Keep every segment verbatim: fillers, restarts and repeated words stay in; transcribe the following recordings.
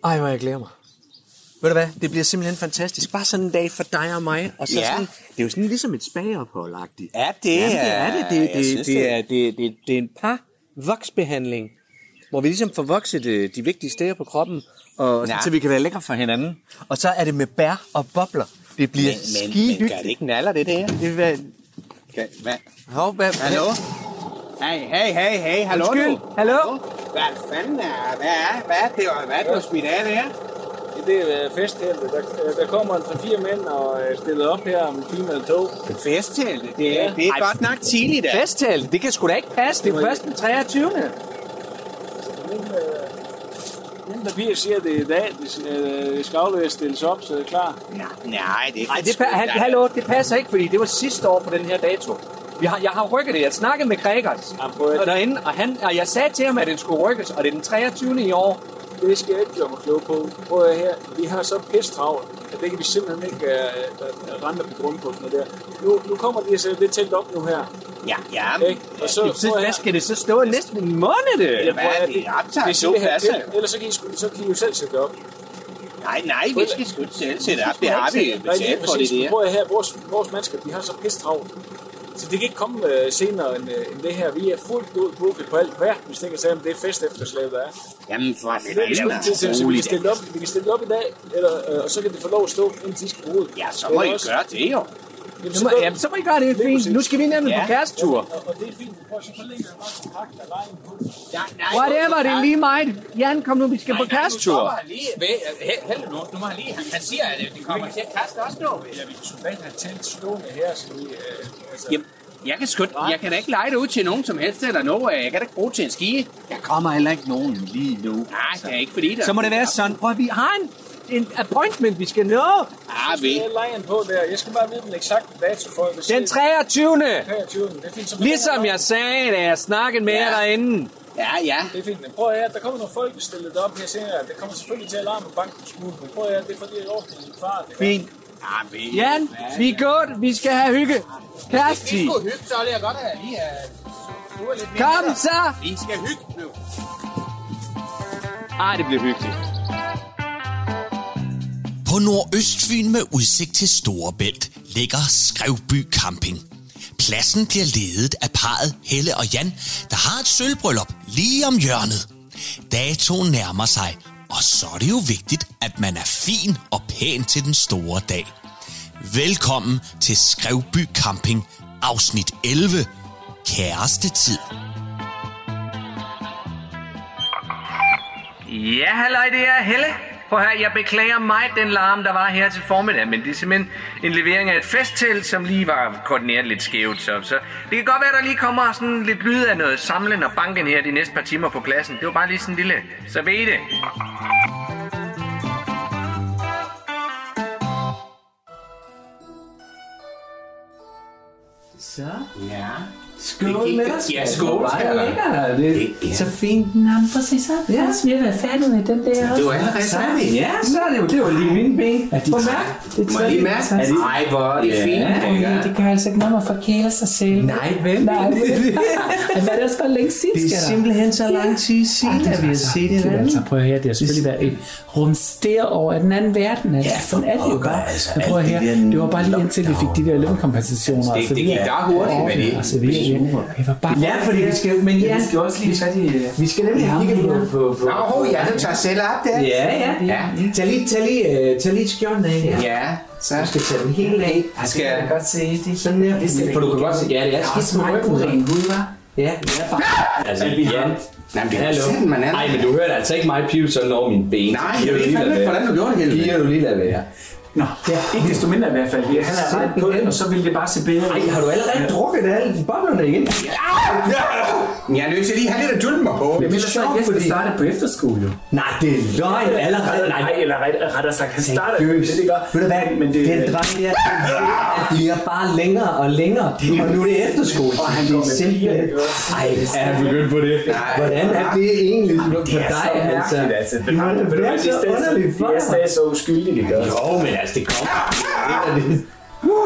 Ej, hvor jeg glæder mig. Ved du hvad, det bliver simpelthen fantastisk. Bare sådan en dag for dig og mig. Og så ja. sådan, det er jo sådan ligesom et spageophold-agtigt. Ja, det ja, er det. Er det. Det, det, synes, det, er, det, det, det er en par voksbehandling, hvor vi ligesom får vokset de, de vigtige steder på kroppen, og ja. Så vi kan være lækre for hinanden. Og så er det med bær og bobler. Det bliver skidehyggeligt. Men gør det ikke naller, det der? Det vil være... Okay, hvad? Hov, hvad? Hallo? Hey, hey, hey, hey, hallo Undskyld, du. hallo? Hvad fanden er, hvad er, hvad er det, hvad er det, du smidt af der? Det er festteltet. Der, der kommer en tre fire mænd og stiller op her om en time eller to. Festteltet? Det er, det er godt nok tidligt, da. Festteltet? Det kan sgu da ikke passe. Det er først den treogtyvende Mine papirer siger, at det er i dag, det skal afleveres stilles op, så det er klar. Nej, nej, det er Nej, det, pa- hallo, det passer ikke, fordi det var sidste år på den her dato. Vi har, jeg har rykket det. Jeg snakkede med Gregers og derinde, og, han, og jeg sagde til ham, at den skulle rykkes, og det er den treogtyvende i år. Det skal jeg ikke gøre mig klog på. Prøv at her. Vi har så pisse travlt, at det kan vi simpelthen ikke uh, rende på grundpunkten der. Nu, nu kommer de og sætter det telt op nu her. Ja, ja. Okay? Og så, så hvad skal det så stå næsten en måned? Ja, hvad er det? Optager det, to pladser. Ellers så kan, I, så kan I jo selv sætte det op. Nej, nej, vi skal sgu selv sætte op. Det har vi betalt for det der. Prøv at her. Vores, vores mandskab, de har så pisse travlt. Så det kan ikke komme uh, senere end, uh, end det her. Vi er fuldt ud booket på alt hvert, hvis det kan sige, om det er fest efterslæb, der er. Jamen for det er sgu tid til, så vi kan stille op, vi kan stille op i dag, eller, uh, og så kan det få lov at stå, indtil de skal bruge. Ja, så må I også gøre det jo. Jamen, så, må, jamen, så må I gøre det, det fint. Nu skal vi nemlig ja. på kærestetur. Og, og det er fint. Prøv så forlænger jeg bare kompakt af vejen på. Ja, nej. Whatever, det er lige mig. Jan, kom nu, vi skal på kærestetur. Nej, nej, Held nu, nu må han lige, han siger, at det kommer til at kaste også nu. Ja, vi kan sgu have telt stående her, så vi... Jamen, jeg kan, sgu, jeg kan da ikke lege det ud til nogen som helst eller noget. Jeg kan da ikke bruge til en ski. Der kommer heller ikke nogen lige nu. Nej, det er ikke fordi der... Så må det være sådan. Prøv, vi har en, en appointment, vi skal nå. Ah, vi. Jeg leger på der. Jeg skal bare vide den eksakte dato for at den treogtyvende treogtyvende Det er fint. Så ligesom jeg sagde, da jeg snakkede med jer ja. derinde. Ja, ja. Det er fint. Men prøv at høre, der kommer nogle folk, der stiller det op her senere. Det kommer selvfølgelig til at larme på banken smule. Men prøv at høre, det er fordi, jeg ordner min far. Fint. Ja, vi. Jan, vi er godt. Vi skal have hygge. Kæreste. Vi skal hygge, så er det godt at lige have... lidt kom så! Vi skal hygge nu. Ej, det bliver hyggeligt. På Nordøstfyn med udsigt til Storebælt ligger Skrevby Camping. Pladsen bliver ledet af parret Helle og Jan, der har et sølvbryllup lige om hjørnet. Datoen nærmer sig, og så er det jo vigtigt, at man er fin og pæn til den store dag. Velkommen til Skrevby Camping, afsnit elleve. Kærestetid. Ja, halløj, det er Helle. Prøv her, jeg beklager mig den larm, der var her til formiddag, men det er simpelthen en levering af et festtelt, som lige var koordineret lidt skævt. Så, så det kan godt være, der lige kommer sådan lidt lyd af noget samlen og banken her de næste par timer på pladsen. Det var bare lige sådan en lille, så ved I det. Så? Ja. Skål med dig. Ja, skål. Det er lækkert. Det er så fint. Nå, præcis så. Ja, så vi har været færdige med den der. Du er allerede færdig. Ja, så er det jo. Det var lige mine ben. Ja, de Prøv mærke. Må jeg lige mærke? Nej, hvor er det fint. Ja, det gør altså ikke noget med at forkæle sig selv. Nej, vel? Nej, vel? Men det er også bare længe siden, det er simpelthen så lang tid siden, at vi har set det. Altså, prøv at høre, det har selvfølgelig været et rumster over den anden verden. Altså, ja, sådan er det jo bare. Men prøv at høre, det var bare lige indtil vi fik de der lønkompensationer. Det, det gik der hurtigt med det. Altså, vi det var bare... Ja, fordi vi skal, men ja, vi skal også lige fat i... Vi skal nemlig kigge på... på, på Nå, ja, du tager selv op der. Ja, ja. ja. Tag lige, tag lige, tag lige skjorten af. Ja. Så jeg skal tage den hele af. Jeg skal jeg godt se det. Sådan der. Det for du kan godt se, ja, det er skidt med ryggen. Ren hud, hva'? Ja, det er bare... Altså, Jan. Nej, det er sådan, man er. Nej, men du hørte altså ikke mig pive sådan over mine ben. Nej, jeg ved ikke, hvordan du gjorde det hele. Giver du lige lade være. Nå, ja, ikke desto mindre i hvert fald. Han er ret på den, og så ville det bare se bedre. Ej, har du allerede drukket alle boblerne igen? Jeg er nødt til lige at have lidt at dulme mig på. Men det er så Jesper startede på efterskole jo. Nej, det er løgn allerede. Nej, eller rettere sagt, han startede på det, det gør. Ved du hvad, men det, den dreng der, det bliver bare længere og længere. Og nu er det efterskole. Og han går med simpelthen. Ej, er han begyndt på det? Hvordan er det egentlig for dig? Det er så mærkeligt, altså. Det er så underligt for dig. Det er så uskyldigt, det gør. Jo, men altså, det kommer.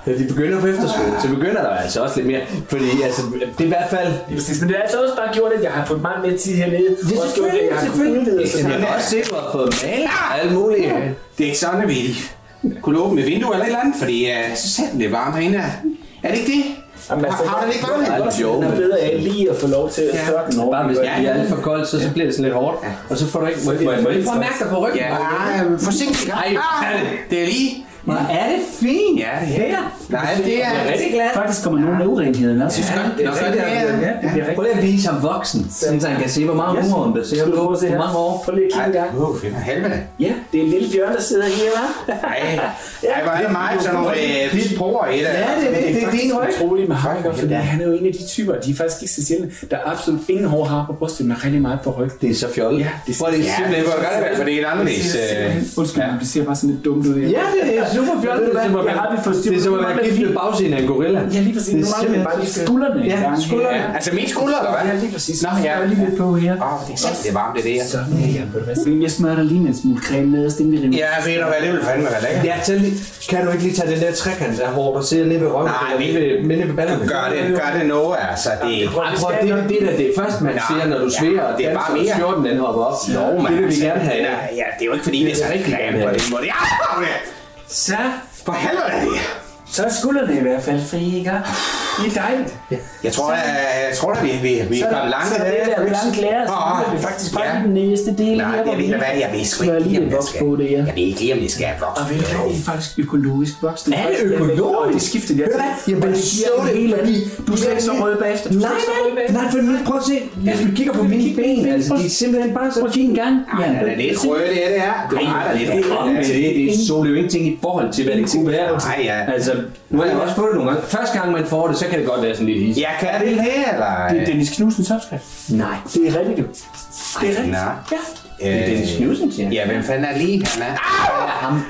da de begynder på efterskole, så begynder der altså også lidt mere. Fordi altså, det er i hvert fald... Det er præcis, men det er altså også bare gjort, at jeg har fået meget mere tid hernede. Det er selvfølgelig, jeg har selvfølgelig. Det Jeg kan også se, at du har fået malet og alt muligt. Det er ikke sådan, at vi kunne åbne et vindue eller et eller andet, fordi uh, så satte det varmt herinde. Er det ikke det? Jamen, altså, har, har det ikke varmt? Det er også den er bedre af lige at få lov til at større den over. Bare hvis det bliver alt for koldt, så, så bliver det sådan lidt hårdt. Og så får du ikke... Må jeg lige prøve at mærke dig på ryggen? Ja, forsigtigt. Nej, det er lige... Hvor er det fint! Ja, det er. Nej, det er... Jeg er rigtig glad. Faktisk kommer nogle af urenhederne også. Ja, det er rigtigt. Prøv lige at vise ham voksen, så han kan se, hvor meget humor om det. Så jeg vil gå på mange år. Prøv lige at kigge der. Åh, fedt. Helvede. Ja, det er en lille bjørn, der sidder her, hva'? Nej, hvor er det meget sådan nogle hvide porer i det. Ja, det er det. Det er din ryg. Det er utroligt med ham, fordi han er jo en af de typer, de er faktisk ikke så sjældne, der er absolut ingen hår har på brystet, men rigtig meget på ryggen. Det er så fjollet. Ja, det er simpelthen for godt, for det er et anderledes. Undskyld, det ser bare sådan lidt dumt ud. Ja, det er super fjollet. Jeg har det for styr på. Det er som at være gift med bagsiden af en gorilla. Ja, lige præcis. Nu mangler vi bare lige skuldrene. Ja, skuldrene. Altså mine skuldre, eller hvad? Ja, lige præcis. Nå, ja. Jeg er lige lidt på her. Åh, det er sandt, det er varmt, det er det. Sådan, ja, ja, ved du hvad? Jeg smører dig lige med en smule creme nederst, inden vi rimer. Ja, ved du hvad, det vil fandme være lækkert. Ja, tæl lige. Kan du ikke lige tage den der trekant der hår, der sidder nede ved røven? Nej, vi nede ved ballerne. Gør det, gør det noget, altså. Det, jeg tror, det er det, der det første, man siger, når du sværer. Det er bare mere. Skjorten, den hopper op. Nå, man. Det vil vi gerne have. Ja, det er jo ikke fordi, det er så reklame på den måde. Ja, så. For helvede er det. Så er skuldrene i hvert fald fri, ikke? Det er dejligt. Jeg tror, jeg, jeg tror, at vi, vi, vi er kommet langt i det. Så er det der blankt lærer, så er det faktisk bare den næste del. Nej, jeg ved hvad, jeg ved sgu ikke lige, om det skal. Jeg ved ikke lige, om det skal vokse. Og ved du hvad, det er faktisk økologisk vokst. Er det økologisk? Det skifter jeg til. Jamen, det giver det hele af Du er slet ikke så rød bagefter. Nej, nej, nej, for nu prøv at se. Hvis vi kigger på mine ben, altså, de er simpelthen bare så fine gang. Ja, det er lidt røde, det er det her. Nej, det er det. Det så jo ingenting i forhold til, hvad det kunne være. Nej, ja. Altså, nu har jeg også fået det nogle gange. Første gang man får det, så kan det godt være sådan lidt his. Ja, kan det her, eller? Det er Dennis Knudsens opskrift. Nej. Det er rigtigt, du. Det er rigtigt. Nej. Ja. Det er Dennis Knudsen, siger Ja, hvem fanden er lige han er? Det er ham.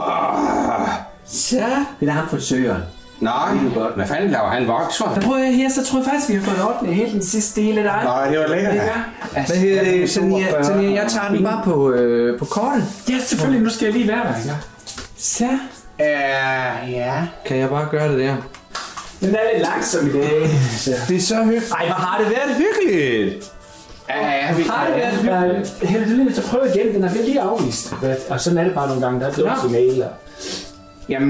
Så. Det er ham frisøren. Nå, hvad fanden laver han voks for? Der prøver jeg her, så tror jeg faktisk, vi har fået ordnet hele den sidste del af dig. Nå, det var lækkert. Hvad hedder det? Tanja, Tanja, jeg tager den bare på, øh, på kortet. Ja, selvfølgelig. Nu skal jeg lige være der, ikke? Så. Uh, ja. Kan jeg bare gøre det der? Den er lidt langsom i dag. Det er så hyggeligt. Ej, hvor har det været hyggeligt. Ja, ja, vi har det været hyggeligt. Held lige til at prøve igen. Den er lige afvist. Og sådan er det bare nogle gange. Der er det også mailer. Jamen,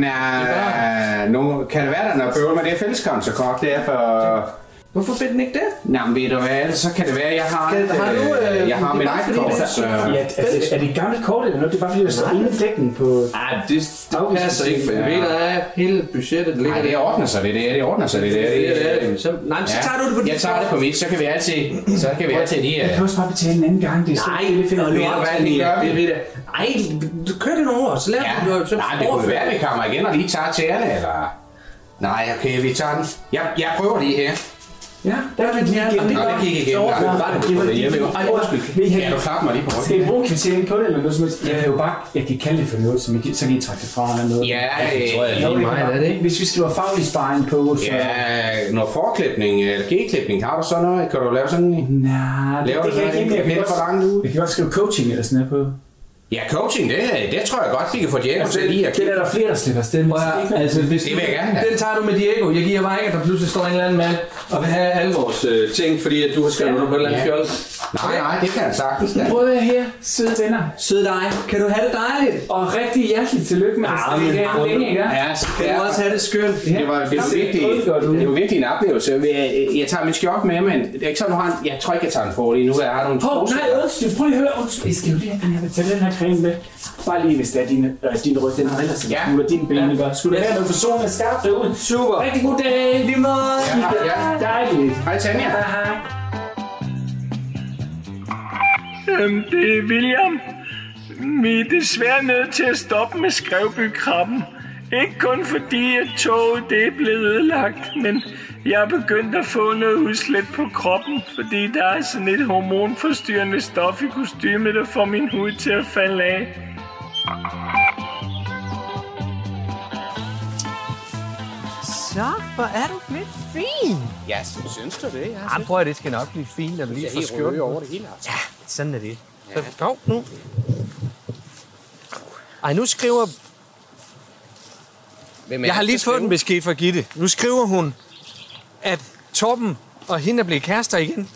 uh, nu kan det være, der er noget bøvl med det fælleskonsekort der for... Hvorfor vil den ikke det? Nå, men ved du hvad, så kan det være, jeg har, Skal, har du, øh, jeg har mit iPhone, så... Ja, altså, er det et gammelt kort eller noget? Det er bare fordi, der står ingen dækning på... Nej, det, det passer ikke, for jeg ved, der er hele budgettet, der ligger... Nej, det ordner sig, det der, det ordner sig, det der. Det er det. Så, nej, men så tager du det på dit. Jeg tager det på mit, så kan vi altid... Så kan vi altid lige... Jeg kan også bare betale en anden gang, det er Nej, det finder det du er det, det. Ej, du kører det nogle år, så lader Ja, du så... nej, det kunne være, vi kommer igen og lige tager tæerne, eller... Nej, okay, vi tager den. Jeg, jeg prøver lige her. Ja, der kan lige igen. Nå, det gik igen. Bare det var hjemme. Ej, undskyld. Ja, du klapper mig lige på ryggen. Skal I bruge en kvittering på det, eller noget som helst? Jeg kan jo bare... Jeg kan kalde det for noget, så kan I trække det fra eller noget. Ja, det tror jeg lige meget, er det ikke? Hvis vi skriver faglig sparring på, så... Ja, noget forklipning eller G-klipning, har du sådan noget? Kan du lave sådan en... Nej, Laver det du kan jeg ikke. lidt for langt ud? Vi kan godt skrive coaching eller sådan noget på. Ja, coaching, det, det tror jeg godt, vi kan få Diego til lige at Det er der flere, der slipper afsted med. Altså, hvis Det vil jeg gerne. Den tager du med Diego. Jeg giver mig ikke, at der pludselig står en eller anden mand og vil have alle vores øh, ting, fordi at du har skrevet under på et eller andet Ja. fjold. Nej, nej, det kan jeg sagtens. Nu prøver jeg her, søde venner. Sød dig. Kan du have det dejligt? Og rigtig hjerteligt tillykke med at men stikke af længe, ikke? Ja, så Kan du også have det skønt? Det var, det, var virkelig, det var virkelig en oplevelse. Jeg, jeg tager min skjort med, men det er ikke sådan, du har en, jeg tror ikke, jeg tager den for lige nu. Jeg har nogle Hov, nej, undskyld, prøv lige at høre. Undskyld, jeg skal jo lige have den her, tage den her creme med. Bare lige, hvis det er din, øh, din ryg, den har ellers en Ja. smule af dine ben, ikke? Skulle du have noget forsoning af skarpt derude? Super. Rigtig god dag. Lige måde. Ja, ja. Dejligt. Hej Tanja. Hej, hej. Øhm, det er William. Vi er desværre nødt til at stoppe med Skrevby-krabben. Ikke kun fordi, at toget det er blevet ødelagt, men jeg er begyndt at få noget udslæt på kroppen, fordi der er sådan et hormonforstyrrende stof i kostymet, der får min hud til at falde af. Så, hvor er du blevet fin. Ja, synes du det? Jeg Ja, prøv at det skal nok blive fint, når vi lige får skjorten over det hele. Altså. Ja, sådan er det. Så, hov, nu. Ej, nu skriver... Hvem er Jeg har det, lige der fået skriver? en besked fra Gitte. Nu skriver hun, at Torben og hende er blevet kærester igen.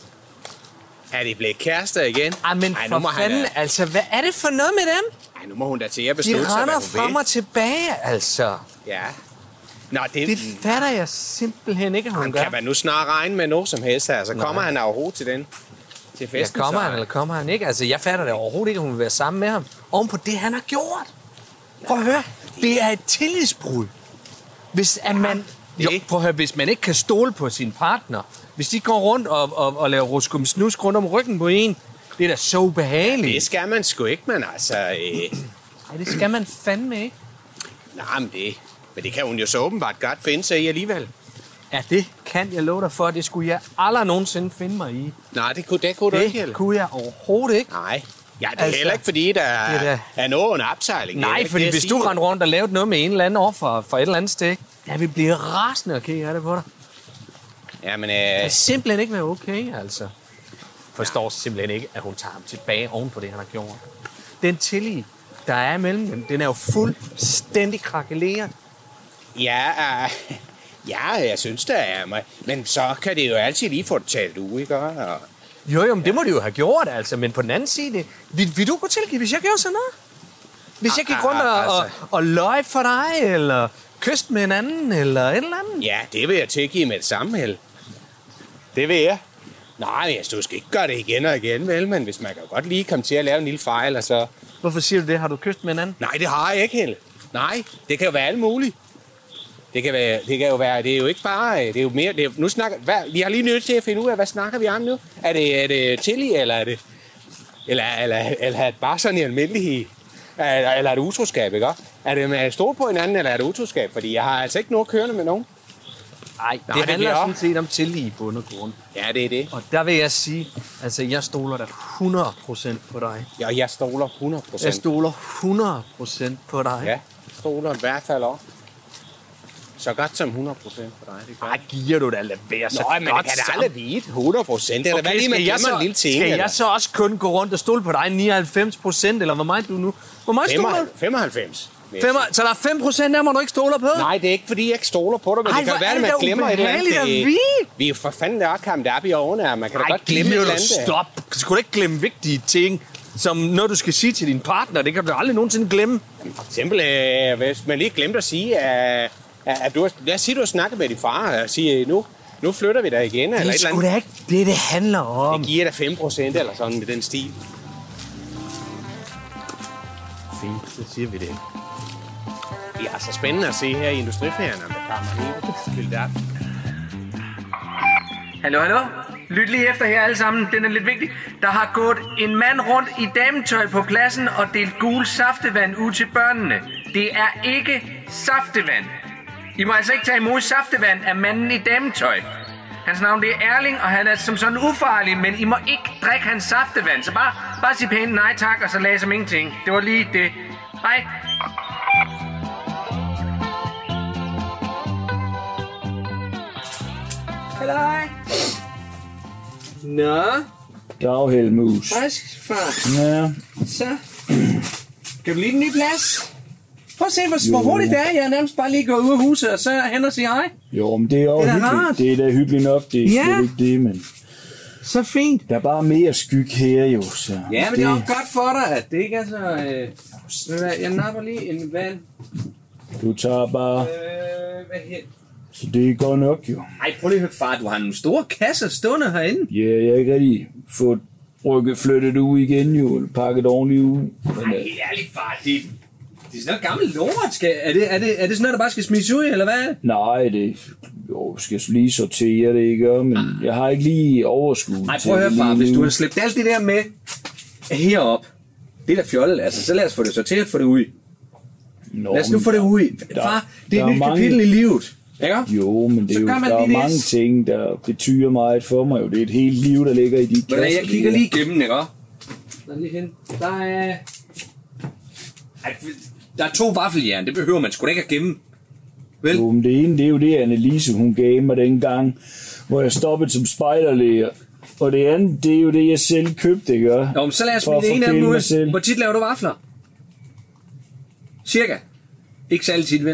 Er de blevet kærester igen? Ej, men Ej, nu for må han fanden, da- altså, hvad er det for noget med dem? Ej, nu må hun da til at De beslutte sig, hvad render hun frem vil. og tilbage, altså. Ja. Nå, det, Det fatter jeg simpelthen ikke, at hun han gør. kan man nu snart regne med noget som helst her. Så Nej. kommer han overhovedet til den. Til Ja, festen. kommer så- han, eller kommer han ikke? Altså, jeg fatter det overhovedet ikke, at hun vil være sammen med ham. Oven på det, han har gjort. Prøv at høre. Det er et tillidsbrud. Hvis at man... Jo, prøv at høre. Hvis man ikke kan stole på sin partner, hvis de går rundt og, og, og laver ruskum snusk rundt om ryggen på en, det er da så ubehageligt. Det skal man sgu ikke, men altså... Øh... Ej, det skal man fandme ikke. Nej, men det... Men det kan hun jo så åbenbart godt finde sig i alligevel. Ja, det kan jeg love dig for. Det skulle jeg aldrig nogensinde finde mig i. Nej, det kunne, det kunne du ikke, Det Helle. kunne jeg overhovedet ikke. Nej. Ja, det er Altså, heller ikke, fordi der er, det er da- er noget under opsejling. Det er Nej, ikke fordi det, jeg hvis du siger. rendte rundt og lavede noget med en eller anden offer fra et eller andet sted, jeg vil blive rasende og kigge af det på dig. Jamen, Det øh, kan simpelthen ikke være okay, altså. Forstår simpelthen ikke, at hun tager ham tilbage oven på det, han har gjort. Den tillid, der er imellem dem, den er jo fuldstændig krakeleret. ja, øh, ja, jeg synes, der er mig. Men så kan det jo altid lige få det talt ud, ikke? Og, Jo, jo, men det må de jo have gjort, altså. Men på den anden side, vil, vil du gå tilgive, hvis jeg gjorde sådan noget? Hvis jeg gik rundt og, og, og løg for dig, eller kyst med en anden, eller et eller andet? ja, det vil jeg tilgive med det samme, Helle. Det vil jeg. Nej, jeg du skal ikke gøre det igen og igen, vel? Men hvis man kan godt lige komme til at lave en lille fejl, og så... Hvorfor siger du det? Har du kyst med en anden? Nej, det har jeg ikke, Helle. Nej, det kan jo være alt muligt. Det kan, være, det kan jo være, det er jo ikke bare, det er jo mere, det er, nu snakker, hvad, vi har lige nødt til at finde ud af, hvad snakker vi om nu? Er det, er det tillid, eller er det, eller, eller, eller er det bare sådan i almindelighed? Eller, eller er det utroskab, ikke? Er det med at stole på hinanden, eller er det utroskab? Fordi jeg har altså ikke noget kørende med nogen. Nej, det, det det handler bliver sådan set om tillid i bund og grund. Ja, det er det. Og der vil jeg sige, altså jeg stoler da hundrede procent på dig. Ja, jeg stoler hundrede procent. Jeg stoler hundrede procent på dig. Ja, stoler i hvert fald også. Så godt som hundrede procent på dig, det gør. Ej, giver du da lad være så Nå, men det godt kan da sammen. aldrig vide hundrede procent. Eller hvad lige, man skal jeg glemmer så, en lille ting. skal eller? jeg så også kun gå rundt og stole på dig nioghalvfems procent, eller hvor meget du nu? Hvor meget stoler du? femoghalvfems. Fem, så der er fem procent der, må du ikke stole på? Nej, det er ikke, fordi jeg ikke stoler på dig, men Ej, det kan hvor være, er at det man da glemmer et eller andet. ubehageligt at Det- vide. Vi er jo for fanden der kommet op i årene, og man kan da Ej, godt glemme et gider eller du andet. stop. Skal du ikke glemme vigtige ting, som noget du skal sige til din partner? Det kan du aldrig nogensinde glemme. For eksempel, øh, hvis man lige glemte at sige, at, at du har, lad os sige, du har snakket med din far, og sige, nu, nu flytter vi dig igen, eller Det et er eller sgu andet. da ikke det, det handler om. Det giver dig fem procent eller sådan med den stil. Fint, så siger vi det. Det er altså spændende at se her i industriferien, om der kommer helt vildt op. Hallo, hallo? Lyt lige efter her alle sammen. Den er lidt vigtig. Der har gået en mand rundt i dametøj på pladsen og delt gul saftevand ud til børnene. Det er ikke saftevand. I må altså ikke tage imod saftevand af manden i dametøj. Hans navn det er Erling, og han er som sådan ufarlig, men I må ikke drikke hans saftevand. Så bare, bare sig pænt nej tak, og så lad som ingenting. Det var lige det. Hej. Hej. Nå, Dag, Helmus. frisk far. Ja, Så. Kan du lide den nye plads? Prøv at se, hvor, hvor hurtigt det er. Jeg er nærmest bare lige gået ud af huset, og så hen og sige hej. jo, men det er jo Det er da hyggeligt. rart. Det er da hyggeligt nok, det er Ja. slet ikke det, men Så fint. der er bare mere skyg her jo, så Ja, men det er også godt for dig, at det ikke er så... Øh, ved du hvad, jeg napper lige en vand. du tager bare, Øh, hvad her? så det er godt nok jo. Ej, prøv lige at høre, far. Du har nogle store kasser stående herinde. Ja, jeg har ikke rigtig fået rykket flyttet ud igen jo, eller pakket ordentligt ud. Men, Ej, øh, helt ærligt, far. Det, det er sådan noget gammelt lort. Skal, er, det, er, det, er det sådan noget, der bare skal smides ud, eller hvad? nej, det jo, skal lige sortere det, ikke? Men jeg har ikke lige overskud Nej, til prøv at høre, det far. lige Hvis nu. du har slæbt alt det der med herop, det er da fjollet, altså. Så lad os få det sorteret, få det ud. Nå, Lad os nu men få det ud. der- Far, det er der et nyt er mange- kapitel i livet. Ikke? Jo, men det Så er jo, gør man der er lige det. mange ting, der betyder meget for mig. Jo. Det er et helt liv, der ligger i de kasser. Men jeg kigger der. lige igennem, ikke? Der er lige hen. Der er... Ej, der er to vaffeljern, det behøver man sgu da ikke at gemme. Vel? Jo, men det ene, det er jo det, Annelise, hun gav mig dengang, hvor jeg stoppede som spejderlæger. Og det andet, det er jo det, jeg selv købte, ikke? Nå, men så lad os For at smide det ene af dem forkæle ud. mig selv. Hvor tit laver du vafler? Cirka. Ikke så tit, vel?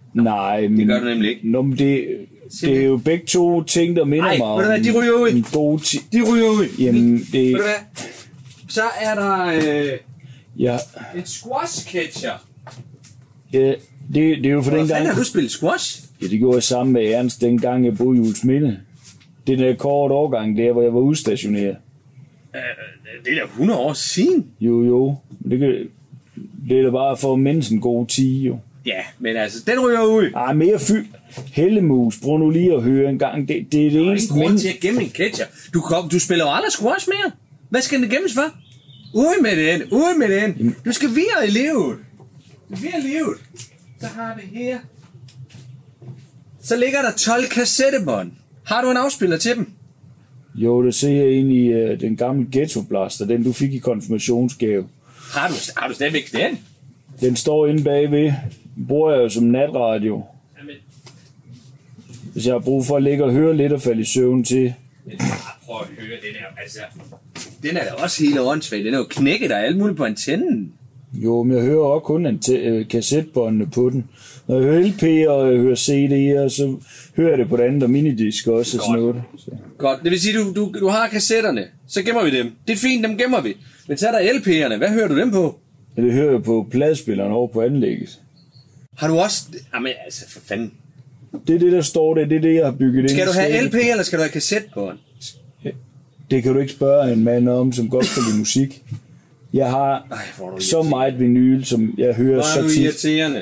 Nej, men... Det gør du nemlig ikke. Nå, men det, det er jo begge to ting, der minder Ej, mig om... ved du hvad, de ryger ud. En god ti- De ryger ud. Jamen, det... Ved du hvad? Så er der øh, Ja, en squash-catcher. ja det, det er jo for Hvor den fanden gang... har du spillet squash? Ja, det gjorde jeg sammen med Ernst, dengang jeg boede i Ulsminde. Det der kort årgang der, hvor jeg var udstationeret. Øh, det er da hundrede år siden. Jo, jo. Det, kan, det er da bare for at mindst en god ti, jo. Ja, men altså, den ryger ud. Ej, mere fyld. Hellemus, prøv nu lige at høre en gang. Det, det er det eneste grund mind... til at gemme en catcher. Du, kom, du spiller jo aldrig squash mere. Hvad skal den gemmes for? Ud med den, ud med den. Du skal videre i livet. Du skal videre i livet. Så har vi her. Så ligger der tolv kassettebånd. Har du en afspiller til dem? Jo, det ser jeg ind i uh, den gamle Ghetto Blaster, den du fik i konfirmationsgave. Har du, har du stadigvæk den? Den står inde bagved. Den bruger jeg jo som natradio. Jamen. Hvis jeg har brug for at ligge og høre lidt og falde i søvn til. Prøv at høre den her, altså. Den er da også helt åndssvag. Den er jo knækket og alt muligt på antennen. Jo, men jeg hører også kun en t- øh, kassetbåndene på den. Når jeg hører L P'er og jeg hører C D'er, så hører jeg det på det andet og minidisk også. Og sådan noget. Så. Godt, det vil sige, du, du, du har kassetterne. Så gemmer vi dem. Det er fint, dem gemmer vi. Men så er der L P'erne. Hvad hører du dem på? Ja, det hører jeg på pladespilleren over på anlægget. Har du også... Jamen, altså, for fanden. Det er det, der står der. Det er det, jeg har bygget ind. Skal du have skabet. L P, eller skal du have kassetbånd? Det kan du ikke spørge en mand om, som godt kan lide musik. Jeg har Ej, så meget vinyl, som jeg hører så tit. Hvor er du irriterende.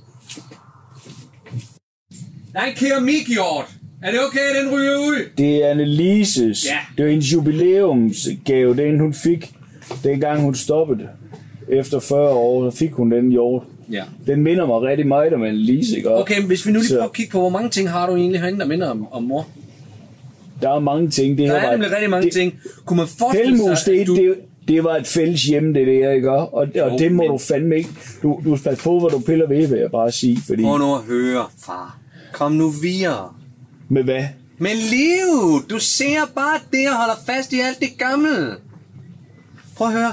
Der er en keramikjord. Er det okay, den ryger ud? Det er Annelises. Ja. Det var hendes jubilæumsgave, den hun fik, dengang hun stoppede. Efter fyrre år, så fik hun den hjort. Ja. Den minder mig rigtig meget om Annelise, ikke? Okay, men hvis vi nu lige Så- prøver at kigge på, hvor mange ting har du egentlig herinde, der minder om, om mor? Der er mange ting. Det Der her er var- nemlig rigtig mange det, ting. Kunne man forestille Helmus, sig, det, at du... det, det var et fælles hjem, det der, ikke? Og, og Jo, det må men- du fandme ikke. Du, du skal passe på, hvad du piller ved, vil jeg bare sige. Fordi... Prøv nu at høre, far. Kom nu videre. Med hvad? Men liv, du ser bare det og holder fast i alt det gamle. Prøv at høre.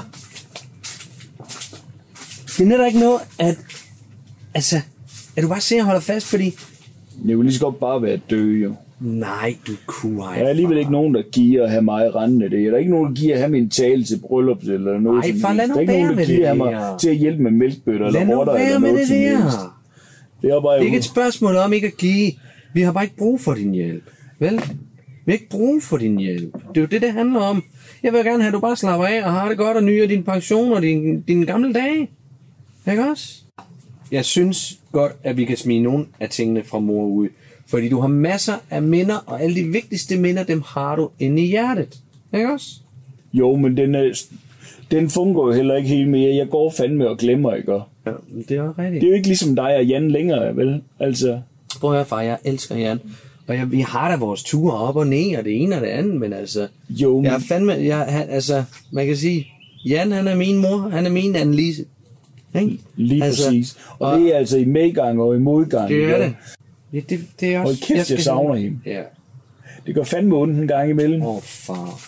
Det er netop ikke noget, at... Altså, at du bare ser og holder fast, fordi... Det kunne lige så godt bare være død, jo. Nej, du kunne ej. Der er alligevel ikke nogen, der giver at have mig rendende det. Der er ikke nogen, der giver at have min tale til bryllup eller noget. Ej, som far, helst. lad nu Der er ikke være nogen, der med giver det mig der. til at hjælpe med mælkebøtter Lad eller nu rotter eller være med noget det som helst. der. Det er bare Det er ikke et spørgsmål om ikke at give. Vi har bare ikke brug for din hjælp. Vel? Vi har ikke brug for din hjælp. Det er jo det, det handler om. Jeg vil gerne have, at du bare slapper af og har det godt og nyder din pension og din, din gamle dage. Ikke også? Jeg synes godt, at vi kan smide nogle af tingene fra mor ud. Fordi du har masser af minder, og alle de vigtigste minder, dem har du inde i hjertet. Ikke også? Jo, men den, er, den fungerer jo heller ikke helt mere. Jeg går fandme og glemmer, ikke? Ja, det er jo rigtigt. Det er jo ikke ligesom dig og Jan længere, vel? Altså... Prøv at høre, far, jeg elsker Jan. Og jeg, vi har da vores ture op og ned, og det ene og det andet, men altså... Jo, men... Jeg er fandme... Jeg, han, altså, man kan sige... Jan, han er min mor, han er min Annelise. Ikke? Lige altså, præcis. Og, og det er altså i medgang og i modgang. Det er ikke? det. Ja, det, det er også... Hold kæft, jeg, jeg savner hende. Ja. Det går fandme ondt en gang imellem. Åh, oh, far.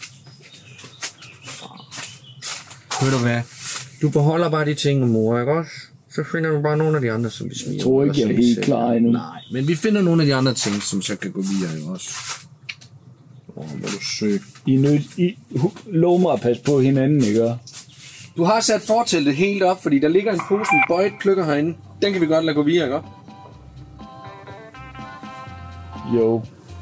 far. Ved du hvad? Du beholder bare de ting med mor, ikke også? Så finder du bare nogle af de andre, som vi smider. Jeg tror ikke, jeg er helt klar endnu. Nej, men vi finder nogle af de andre ting, som så kan gå videre, ikke også? Åh, oh, hvor du søg. I er nødt... I... Lov mig at passe på hinanden, ikke? Du har sat forteltet helt op, fordi der ligger en pose med bøjet pløkker herinde. Den kan vi godt lade gå videre, ikke? Jo.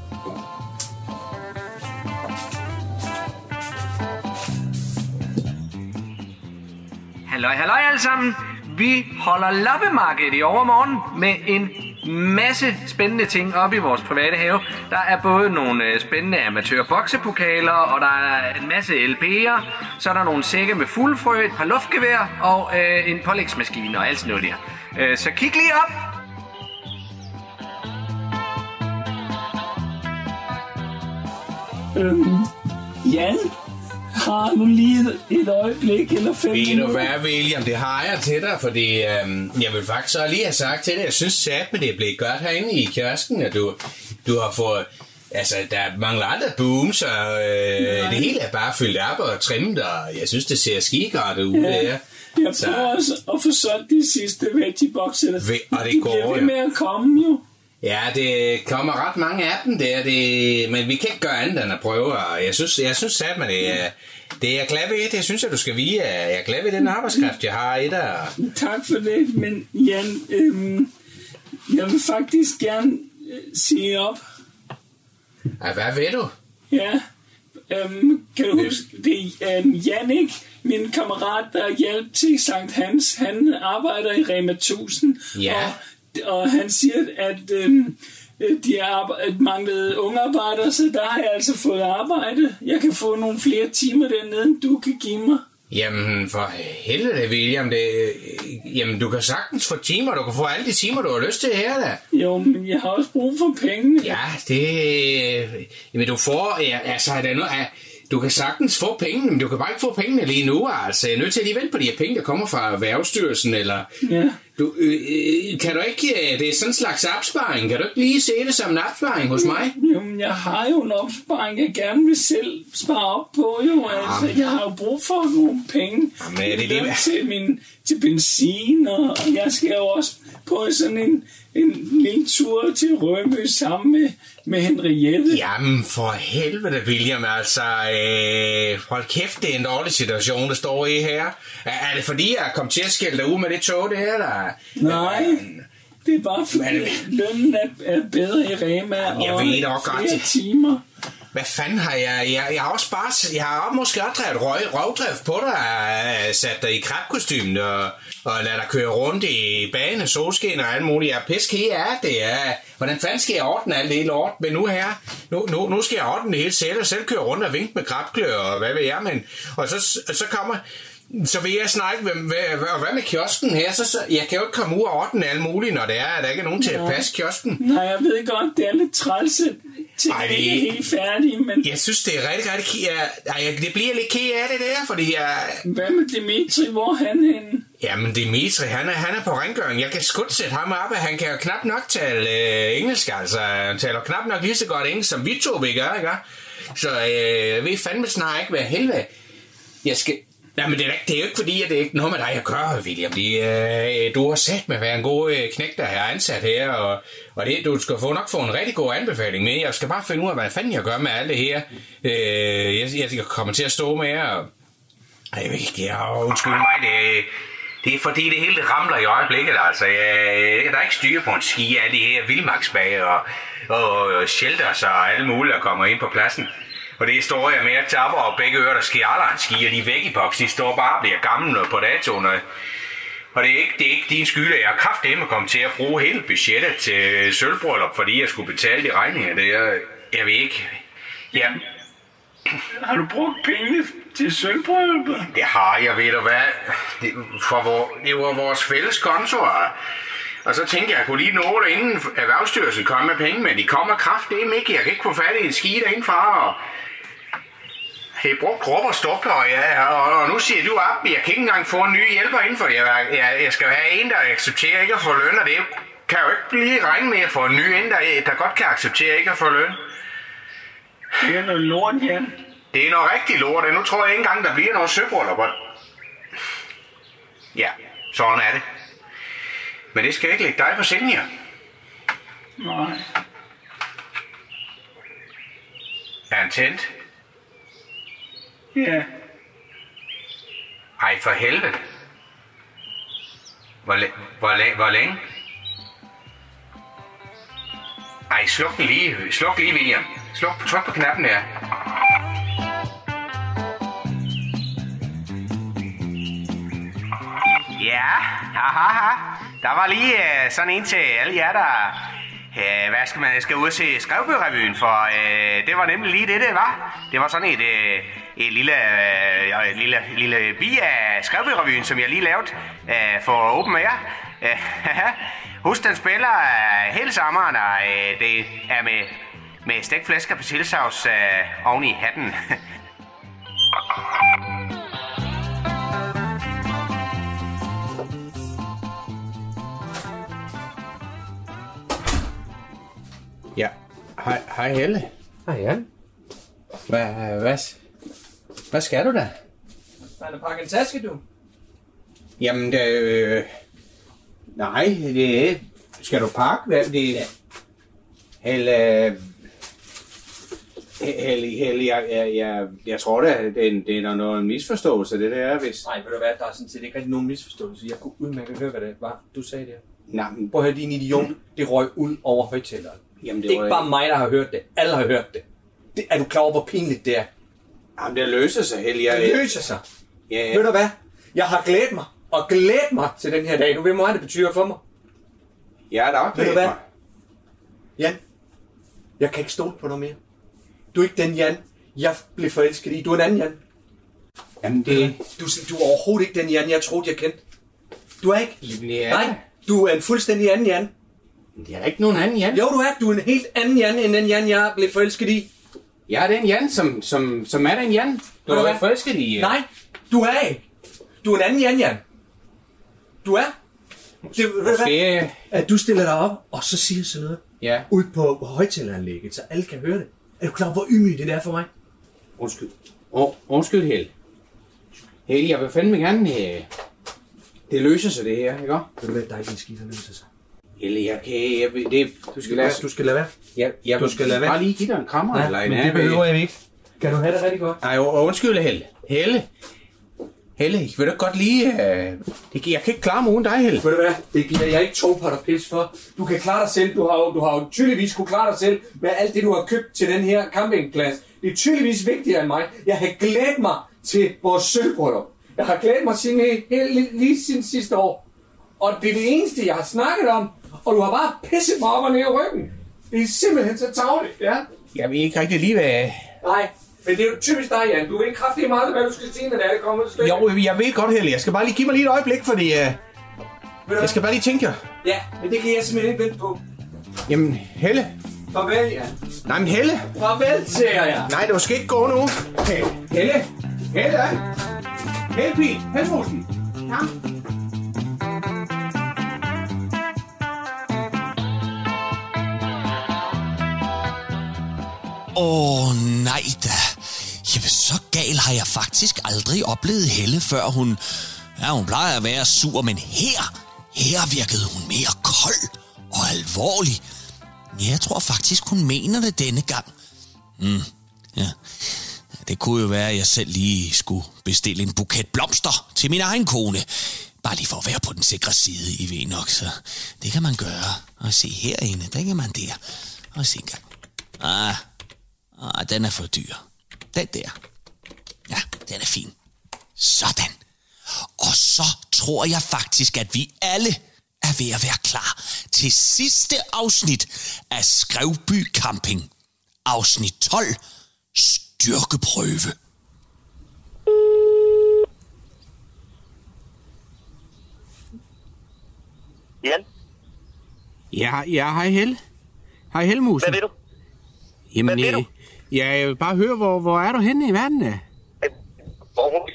Halløj, halløj alle sammen. Vi holder loppemarked i overmorgen med en masse spændende ting op i vores private have. Der er både nogle spændende amatør-boksepokaler, og der er en masse L P'er. Så er der nogle sække med fuldfrø, et par luftgevær og øh, en pålægsmaskine og alt sådan noget der. Øh, så kig lige op. Øhm, Jan, har du lige et, et øjeblik eller fem Ved du minutter? hvad, William, det har jeg til dig, fordi øhm, jeg vil faktisk så lige have sagt til dig, jeg synes sat med det er blevet godt herinde i kiosken, at du, du har fået Altså, der mangler andre boom, så øh, det hele er bare fyldt op og trimmet, og jeg synes, det ser skigodt ud. Ja. Ja. Jeg så. prøver også at få solgt de sidste veggie-bokser. Og det de går, bliver ved med at komme, jo. Ja, det kommer ret mange af dem der, det, men vi kan ikke gøre andet end at prøve, og jeg synes, jeg synes at man det er, det er jeg glad ved, det synes jeg, du skal vide, jeg er glad ved den arbejdskraft, jeg har i dig. Tak for det, men Jan, øhm, jeg vil faktisk gerne øh, sige op. Ja, hvad ved du? Ja, øhm, kan du huske, det er øhm, Jannik, min kammerat, der hjalp til Sankt Hans, han arbejder i Rema tusind, ja. og Og han siger, at øhm, de har manglet ungearbejdere, så der har jeg altså fået arbejde. Jeg kan få nogle flere timer dernede, du kan give mig. Jamen, for helvede, William. Det, jamen, du kan sagtens få timer. Du kan få alle de timer, du har lyst til her, da. Jo, men jeg har også brug for penge. Ja, det... Jamen, du får... Ja, altså, der er noget... Du kan sagtens få penge, men du kan bare ikke få pengene lige nu, altså. Jeg er nødt til at lige vente på de her penge, der kommer fra Erhvervsstyrelsen, eller... Ja. Du, øh, kan du ikke... Det er sådan en slags opsparing. Kan du ikke lige se det som en opsparing hos mig? Jo, men jeg har jo en opsparing, jeg gerne vil selv spare op på, jo. Altså, jeg har jo brug for nogle penge. Jamen, er det det? Til, min, til benzin, og jeg skal jo også på sådan en... en lille tur til Rømø sammen med, med Henriette. Jamen, for helvede, William, altså, øh, hold kæft, det er en dårlig situation, der står i her. Er, er det fordi, jeg er kommet til at skælde dig ud med det tog, det her, der? Nej, det er bare fordi, det... lønnen er, er bedre i Rema, jeg og ved også flere godt. timer. Hvad fanden har jeg... Jeg, jeg har også bare... Jeg har måske også drevet røg, røvdrift på dig, og sat dig i krabkostymen og, og lad dig køre rundt i bane, solskin og alt muligt. Jeg er piske af det. Er. Hvordan fanden skal jeg ordne alt det lort? Men nu her... Nu, nu, nu skal jeg ordne det hele selv, og selv køre rundt og vinke med krabklør, og hvad ved jeg, men... Og så, så kommer... Så vil jeg snakke, hvad, hvad, hvad med kiosken her? Så, så, jeg kan jo ikke komme ud og ordne alt muligt, når det er, at der ikke er nogen til at passe kiosken. Nej, jeg ved godt, det er lidt træls, til Ej, det er helt færdige, men... Jeg synes, det er rigtig, rigtig... Jeg, jeg, det bliver lidt ked af det der, fordi jeg... Hvad med Dimitri? Hvor er han henne? Jamen, Dimitri, han er, han er på rengøring. Jeg kan sgu sætte ham op, at han kan jo knap nok tale øh, engelsk, altså. Han taler knap nok lige så godt engelsk, som vi to vil gøre, ikke? Så øh, jeg ved fandme snart ikke, hvad helvede. Jeg skal... Nej, men det er, det er jo ikke fordi, at det er ikke noget med dig at gøre, William. Det, øh, du har sat med at være en god øh, knægt, der er ansat her, og, og det, du skal få nok få en rigtig god anbefaling med. Jeg skal bare finde ud af, hvad fanden jeg gør med alt det her. Øh, jeg, jeg kommer til at stå med, og jeg ved ikke, jeg undskyld mig, det, det er fordi, det hele ramler i øjeblikket, altså. Jeg, jeg, der er ikke styr på en ski af de her vildmarksbage og, og shelters og alle mulige, der kommer ind på pladsen. Og det står jeg med at tapper, og begge ører, der sker aldrig en ski, og de er væk i boks, de står bare og bliver gamle på datoen. Og det er ikke, det er ikke din skyld, at jeg har kraftedeme kommet til at bruge hele budgettet til sølvbryllup, fordi jeg skulle betale de regninger. Det er, jeg ved ikke. Ja. Har du brugt penge til sølvbrylluppet? Det har jeg, ved du hvad. Det, for vor, det var vores fælles konto, og så tænkte jeg, at jeg kunne lige nå det, inden Erhvervsstyrelsen kom med penge, men de kommer kraftedeme ikke. Jeg kan ikke få fat i en ski derindefra, og jeg har brugt rubber og stopper, ja, og, og nu siger du op, jeg kan ikke engang få en ny hjælper inden for det. Jeg, jeg, jeg skal have en, der accepterer ikke at få løn, og det kan jo ikke lige regne med at få en ny en, der, der godt kan acceptere ikke at få løn. Det er noget lort, Jan. Det er noget rigtig lort, og nu tror jeg ikke engang, der bliver noget søbryllup. Ja, sådan er det. Men det skal ikke lægge dig på sengen her. Nej. Er han tændt? Ja. Ej, for helvede. Hvor, hvor, hvor længe? Ej, sluk den lige. Sluk lige, William. Sluk, tryk på knappen her. Ja, haha. Der var lige uh, sådan en til alle jer, der uh, hvad skal man skal ud til Skrevby-revyen, for uh, det var nemlig lige det, det var. Det var sådan et, uh, et lille, uh, lille, lille bi af Skrevby-revyen, som jeg lige lavede uh, for Open Air. Uh, Husk, den spiller uh, hele sommeren, og uh, det er med, med stegt flæsk og persillesauce uh, oven i hatten. Ja, hej, hej Helle. Hej, Jan. Hvad, hvad, hvad skal du da? Skal du pakke en taske, du? Jamen, det, øh, nej, det er... Skal du pakke? Hvad det er? Helle... Helle, Helle, jeg, jeg, jeg, jeg tror da, det er, det er noget en misforståelse, det der er, hvis... Nej, ved du hvad, der er sådan set ikke rigtig nogen misforståelse. Jeg kunne udmærket høre, hvad det var, du sagde der. Nej, men... Prøv at høre, din idiot, det røg ud over højtæleren. Jamen, det Ikke var... bare mig, der har hørt det. Alle har hørt det. det. Er du klar over, hvor pinligt det er? Jamen, det løser sig, Helle. Jeg... Det løser sig. Ja, ja. Ved du hvad? Jeg har glædet mig, og glædet mig til den her dag. Du ved, hvor meget det betyder for mig. Jeg er da også Ved du glædet hvad? mig. Jan, jeg kan ikke stole på dig mere. Du er ikke den Jan, jeg blev forelsket i. Du er en anden Jan. Jamen, det... Du, du er overhovedet ikke den Jan, jeg troede, jeg kendte. Du er ikke. Ja. Nej, du er en fuldstændig anden Jan. Det er ikke nogen anden Jan. Jo, du er. Du er en helt anden Jan, end den Jan, jeg blev forelsket i. Jeg er den Jan, som, som, som er den Jan. Du Ved er hvad? forelsket i... Nej, du er ikke. Du er en anden Jan, Jan. Du er. Det, ved du hvad? Måske... At du stiller dig op, og så siger sådan noget. Ja. Ud på højtaleranlægget, så alle kan høre det. Er du klar over, hvor ydmygt det er for mig? Undskyld. Åh, undskyld, Helle. Helle, jeg vil fandme gerne... Øh... Det løser sig, det her, ikke også? Ved du hvad, der er ikke en skid, der løser sig. Helle, jeg kan... Jeg, vil- det... Du skal, lade, du skal lade være. Jeg, jeg Du skal lade være. bare lige give dig en krammer. eller en men det anden. behøver jeg ikke. Kan du have det rigtig godt? Nej, undskyld, Helle. Helle. Helle, vil du godt lige... Øh... Det, kan- jeg kan ikke klare mig uden dig, Helle. Ved du hvad, det giver jeg ikke to potter pis for. Du kan klare dig selv. Du har jo, du har jo tydeligvis kunne klare dig selv med alt det, du har købt til den her campingplads. Det er tydeligvis vigtigere end mig. Jeg har glædet mig til vores sølvbryllup. Jeg har glædet mig siden, hele, hele, lige siden sidste år. Og det er det eneste, jeg har snakket om. Og du har bare pisset mig op og ned i ryggen. Det er simpelthen så tarveligt, ja. Jeg ved ikke rigtig lige, hvad... Nej, men det er jo typisk dig, Jan. Du ved ikke kraftigt meget, hvad du skal sige, når det er, det kommer et stykke. Jo, jeg ved godt, Helle. Jeg skal bare lige give mig lige et øjeblik, fordi... Øh... Jeg skal bare lige tænke jer. Ja, men det kan jeg simpelthen ikke vente på. Jamen, Helle. Farvel, Jan. Nej, men Helle. Farvel, siger jeg. Nej, du skal ikke gå nu. Hey, Helle. Helle. Helle, Pil. Helmusen. Ja. Åh, oh, nej da. Jamen, så gal har jeg faktisk aldrig oplevet Helle, før hun... Ja, hun plejer at være sur, men her, her virkede hun mere kold og alvorlig. Ja, jeg tror faktisk, hun mener det denne gang. Mm, ja. Det kunne jo være, at jeg selv lige skulle bestille en buket blomster til min egen kone. Bare lige for at være på den sikre side, I ved nok, så det kan man gøre. Og se herinde, der kan man der. Og se engang. Ah, ah, den er for dyr. Den der. Ja, den er fin. Sådan. Og så tror jeg faktisk, at vi alle er ved at være klar til sidste afsnit af Skrevby Camping. Afsnit tolv. Styrkeprøve. Jan? Ja, ja, hej Helle. Hej Helmusen. Hvad vil du? Jamen, Hvad vil du? øh, ja, jeg vil bare høre, hvor, hvor er du henne i verden? Da? Hvor?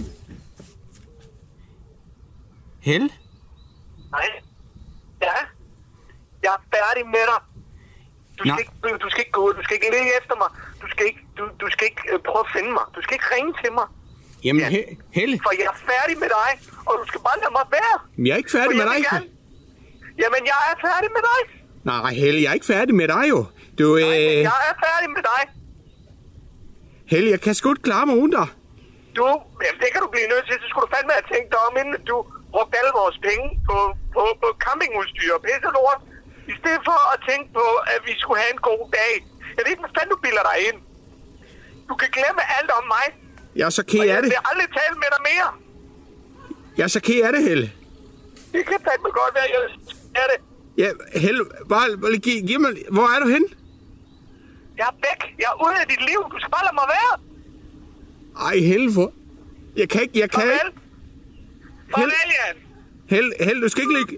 Helle? Nej. Ja? Jeg er færdig med dig. Du Nå. skal, ikke, du, du skal ikke gå ud. Du skal ikke lede efter mig. Du skal ikke, du, du skal ikke øh, prøve at finde mig. Du skal ikke ringe til mig. Jamen, Ja. He- Helle? For jeg er færdig med dig. Og du skal bare lade mig være. Men jeg er ikke færdig For med jeg dig. vil gerne- Jamen, jeg er færdig med dig. Nej, Helle, jeg er ikke færdig med dig jo. Du, øh... Nej, men jeg er færdig med dig. Helle, jeg kan sgu ikke klare mig uden dig. Du, jamen, det kan du blive nødt til. Så skulle du fandme have tænkt dig om, inden du brugte alle vores penge på, på, på campingudstyr og pisse lort. I stedet for at tænke på, at vi skulle have en god dag. Jeg ved ikke, hvad fanden du bilder dig ind. Du kan glemme alt om mig. Jeg er så ked Og af jeg det. vil aldrig tale med dig mere. Jeg er så ked af det, Helle. Det kan fandme godt være, jeg er det. Ja, Helle, bare, bare giv, giv mig... Hvor er du hen? Jeg er væk. Jeg er ude af dit liv. Du skal bare lade mig være. Ej, Helle, for... Jeg kan ikke, jeg kan Farvel. ikke... Farvel, Jan. Helle, Helle, du skal ikke ligge...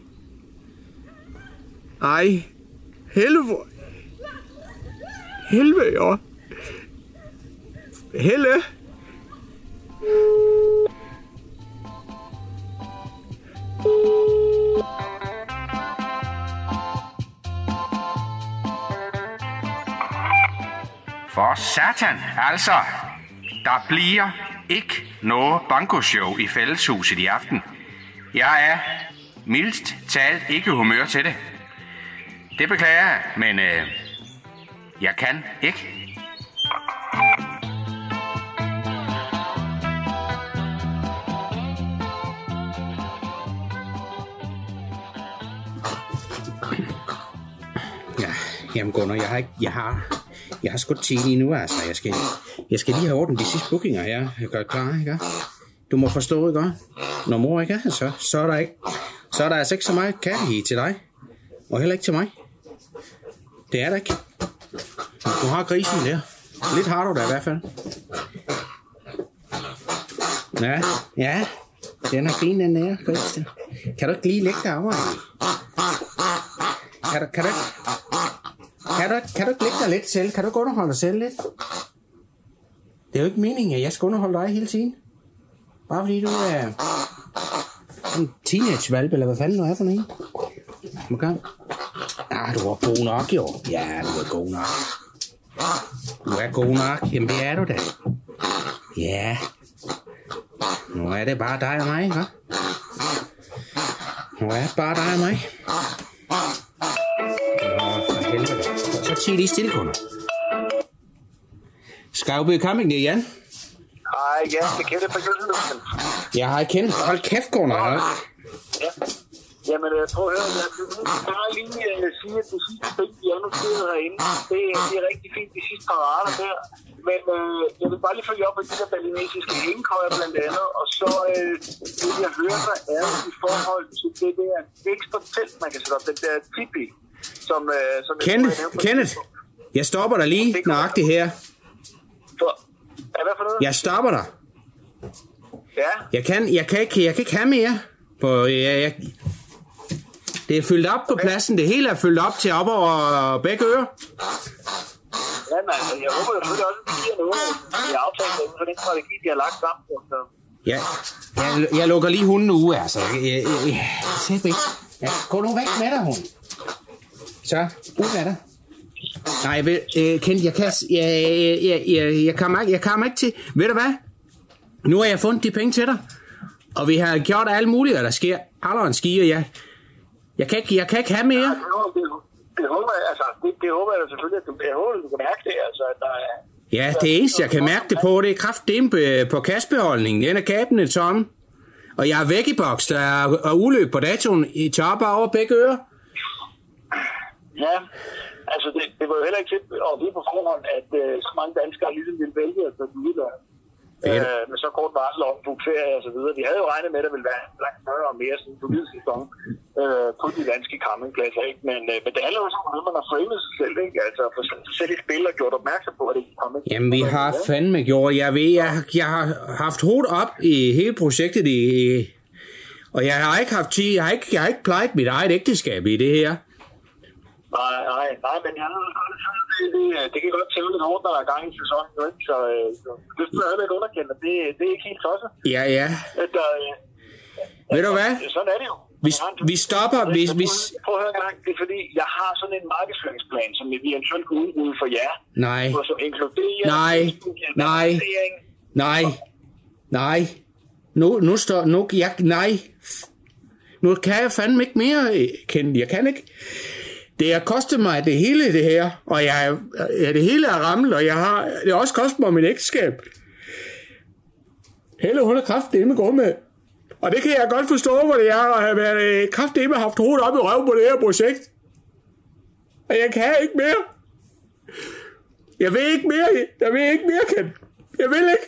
Ej. Helle, hvor... Helvede, jo. Helle. For satan, altså. Der bliver ikke noget bankoshow i fælleshuset i aften. Jeg er mildest talt ikke humør til det. Det beklager jeg, men øh, jeg kan ikke. Ja, jamen Gunnar, jeg har ikke, jeg har, jeg har sgu tid lige nu, altså. Jeg skal, jeg skal lige have ordnet de sidste bookinger her. Jeg gør klar, ikke? Du må forstå, ikke? Når mor ikke er her, så, så er der ikke, så er der altså ikke så meget kærlighed til dig. Og heller ikke til mig. Det er der ikke. Du har grisen der. Lidt har du da i hvert fald. Ja, ja. Den er fin, den der, gris. Kan du ikke lige lægge dig over? Kan du, kan du, kan du, kan du ikke lægge dig lidt selv? Kan du ikke underholde dig selv lidt? Det er jo ikke meningen, at jeg skal underholde dig hele tiden. Bare fordi du er en teenagevalp, eller hvad fanden du er for en. Okay. Ah, du er god nok, jo. Ja, du er god nok. Du er god nok. Jamen, det er du da. Ja. Nu er det bare dig og mig, hva'? Nu er det bare dig og mig. Nå, for helvede. Så tig lige stille, kunder. Skovby Camping, det er Jan. Hej, ja, det kender på Jylland. Jeg har ikke kendt. Hold kæft, kunder. Ja. Jamen, prøv at høre, jeg vil bare lige uh, sige, at de sidste ting, de er noteret herinde, det, det er rigtig fint, de sidste parader der. Men uh, jeg vil bare lige følge op på de der balinesiske hængekøjer blandt andet, og så uh, vil jeg høre, hvad er i forhold til det der ekstra telt, man kan sætte op, den der tipi, som... Uh, som Kenneth, jeg Kenneth, jeg stopper dig lige nøjagtigt her. For, ja, hvad for noget? Jeg stopper dig. Ja? Jeg kan, jeg kan, ikke, jeg kan ikke have mere. På, jeg, jeg, det er fyldt op på pladsen. Det hele er fyldt op til op over begge ører. Ja, men altså, jeg håber selvfølgelig også, at de giver noget i aftalen for den strategi, de har lagt sammen. Så. Ja, jeg, jeg lukker lige hunden ude, altså. Jeg, jeg, jeg, jeg, jeg, jeg, gå nu væk med dig, hun. Så, ud af dig. Nej, jeg vil, øh, Kent, jeg kan, jeg, jeg, jeg, jeg, jeg, kommer, jeg kommer ikke til. Ved du hvad? Nu har jeg fundet de penge til dig. Og vi har gjort alt muligt, og der sker aldrig en ski, og jeg, jeg, kan ikke, jeg kan ikke have mere. Ja, det, det, håber jeg, altså, det, det håber jeg selvfølgelig, at du, jeg håber, du kan mærke det, altså, at der er... Ja, det eneste, jeg kan mærke det på, det er kraftdæmpe på kassebeholdningen. Den er kabene tomme. Og jeg er væk i boks, der er, er udløb på datoen i topper over begge ører. Ja, altså det, det var jo heller ikke til at vide på forhånd, at uh, så mange danskere ligesom ville vælge at tage videre. Øh, med så kort varsel om på ferie og så videre. De havde jo regnet med, at der ville være langt større og mere sådan solid sæson øh, på de danske campingpladser, ikke? Men, øh, men det handler jo om, at man har framet sig selv, ikke? Altså for selv i spil og gjort opmærksom på, at det ikke kommer. Jamen, vi har fandme gjort. Jeg ved, jeg, jeg har haft hovedet op i hele projektet, i, og jeg har ikke haft tid. Jeg har ikke, jeg har ikke plejet mit eget ægteskab i det her. Nej, nej, nej, men jeg det, det, det kan godt tælle lidt hårdt, når der er gang i sæsonen, ikke? Så, så det skulle jeg heller ikke underkende, det, det er ikke helt tosset. Ja, ja. At, øh, Ved du hvad? Sådan er det jo. Vi, vi stopper, hvis... vi... Prøv at høre en gang, det er fordi, jeg har sådan en markedsføringsplan, som vi eventuelt kan udrulle for jer. Nej. Som inkluderer... Nej, nej, nej, nej. Nu, nu står... Nu, jeg, nej. Nu kan jeg fandme ikke mere, Ken. Jeg kan ikke... Det har kostet mig det hele, det her, og jeg, ja, det hele er ramlet, og jeg har, det har også kostet mig mit ægteskab. Helle, hun har kraftedeme gået med. Og det kan jeg godt forstå, hvor det er at have været kraftedeme haft hovedet op i røven på det her projekt. Og jeg kan ikke mere. Jeg vil ikke mere, jeg vil ikke mere, Ken. Jeg vil ikke.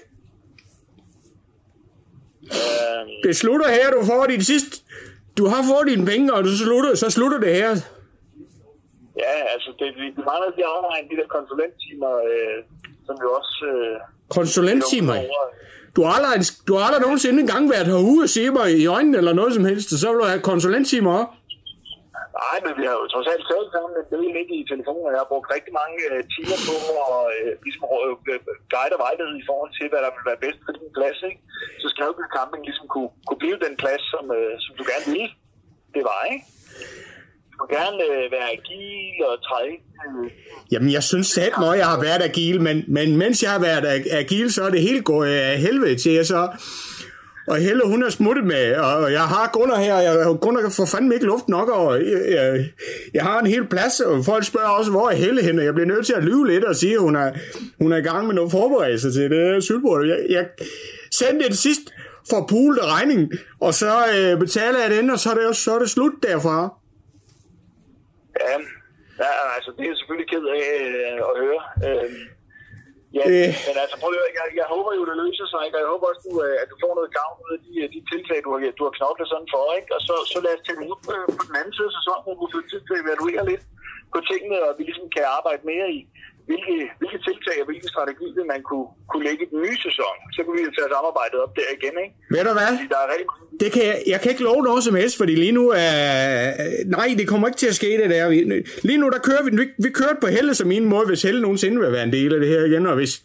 Det slutter her, du får din sidste. Du har fået dine penge, og du slutter, så slutter det her. Ja, altså, det, vi mangler de afregnet, de der konsulenttimer, øh, som jo også... Øh, konsulenttimer? Du har, aldrig, du har aldrig nogensinde engang været herude og se mig i øjnene eller noget som helst, og så vil du have konsulenttimer op? Nej, men vi har jo trods alt talt sammen en del lidt i telefonen, og jeg har brugt rigtig mange øh, timer på at øh, ligesom, øh, guide og vejlede i forhold til, hvad der vil være bedst for din plads, ikke? Så Skovby Camping ligesom kunne, kunne blive den plads, som, øh, som du gerne ville. Det var, ikke? må gerne øh, være agil og træde ind. Jamen, jeg synes selv, når jeg har været agil, men, men mens jeg har været agil, så er det helt gået af helvede til, så... Og Helle, hun er smuttet med, og jeg har Gunnar her, jeg Gunnar får fandme ikke luft nok, og jeg, jeg, jeg har en hel plads, og folk spørger også, hvor er Helle henne, jeg bliver nødt til at lyve lidt og sige, at hun er, hun er i gang med nogle forberedelser til det sylbrød. Jeg, jeg sendte det sidst for poolet regning, og så øh, betaler jeg den, og så er det, så er det slut derfra. Ja, ja, altså det er jeg selvfølgelig ked af øh, at høre. Øh, ja, øh. Men altså prøv at høre, jeg, jeg håber jo, det løser sig, ikke? Og jeg håber også, du, at du får noget gavn ud af de, de tiltag, du har, du har knoklet sådan for, ikke? Og så, så lad os tage ud på, på den anden side af sæsonen, hvor du får tid til at evaluere lidt på tingene, og vi ligesom kan arbejde mere i, hvilke, hvilke tiltag og hvilke strategier man kunne, kunne lægge i den nye sæson. Så kunne vi jo tage samarbejdet op der igen, ikke? Ved du hvad? Der er rigtig... Det kan jeg, jeg kan ikke love noget som helst, fordi lige nu er... Nej, det kommer ikke til at ske det der. Lige nu, der kører vi... Vi, vi kørte på Helle som en måde, hvis Helle nogensinde vil være en del af det her igen, og hvis...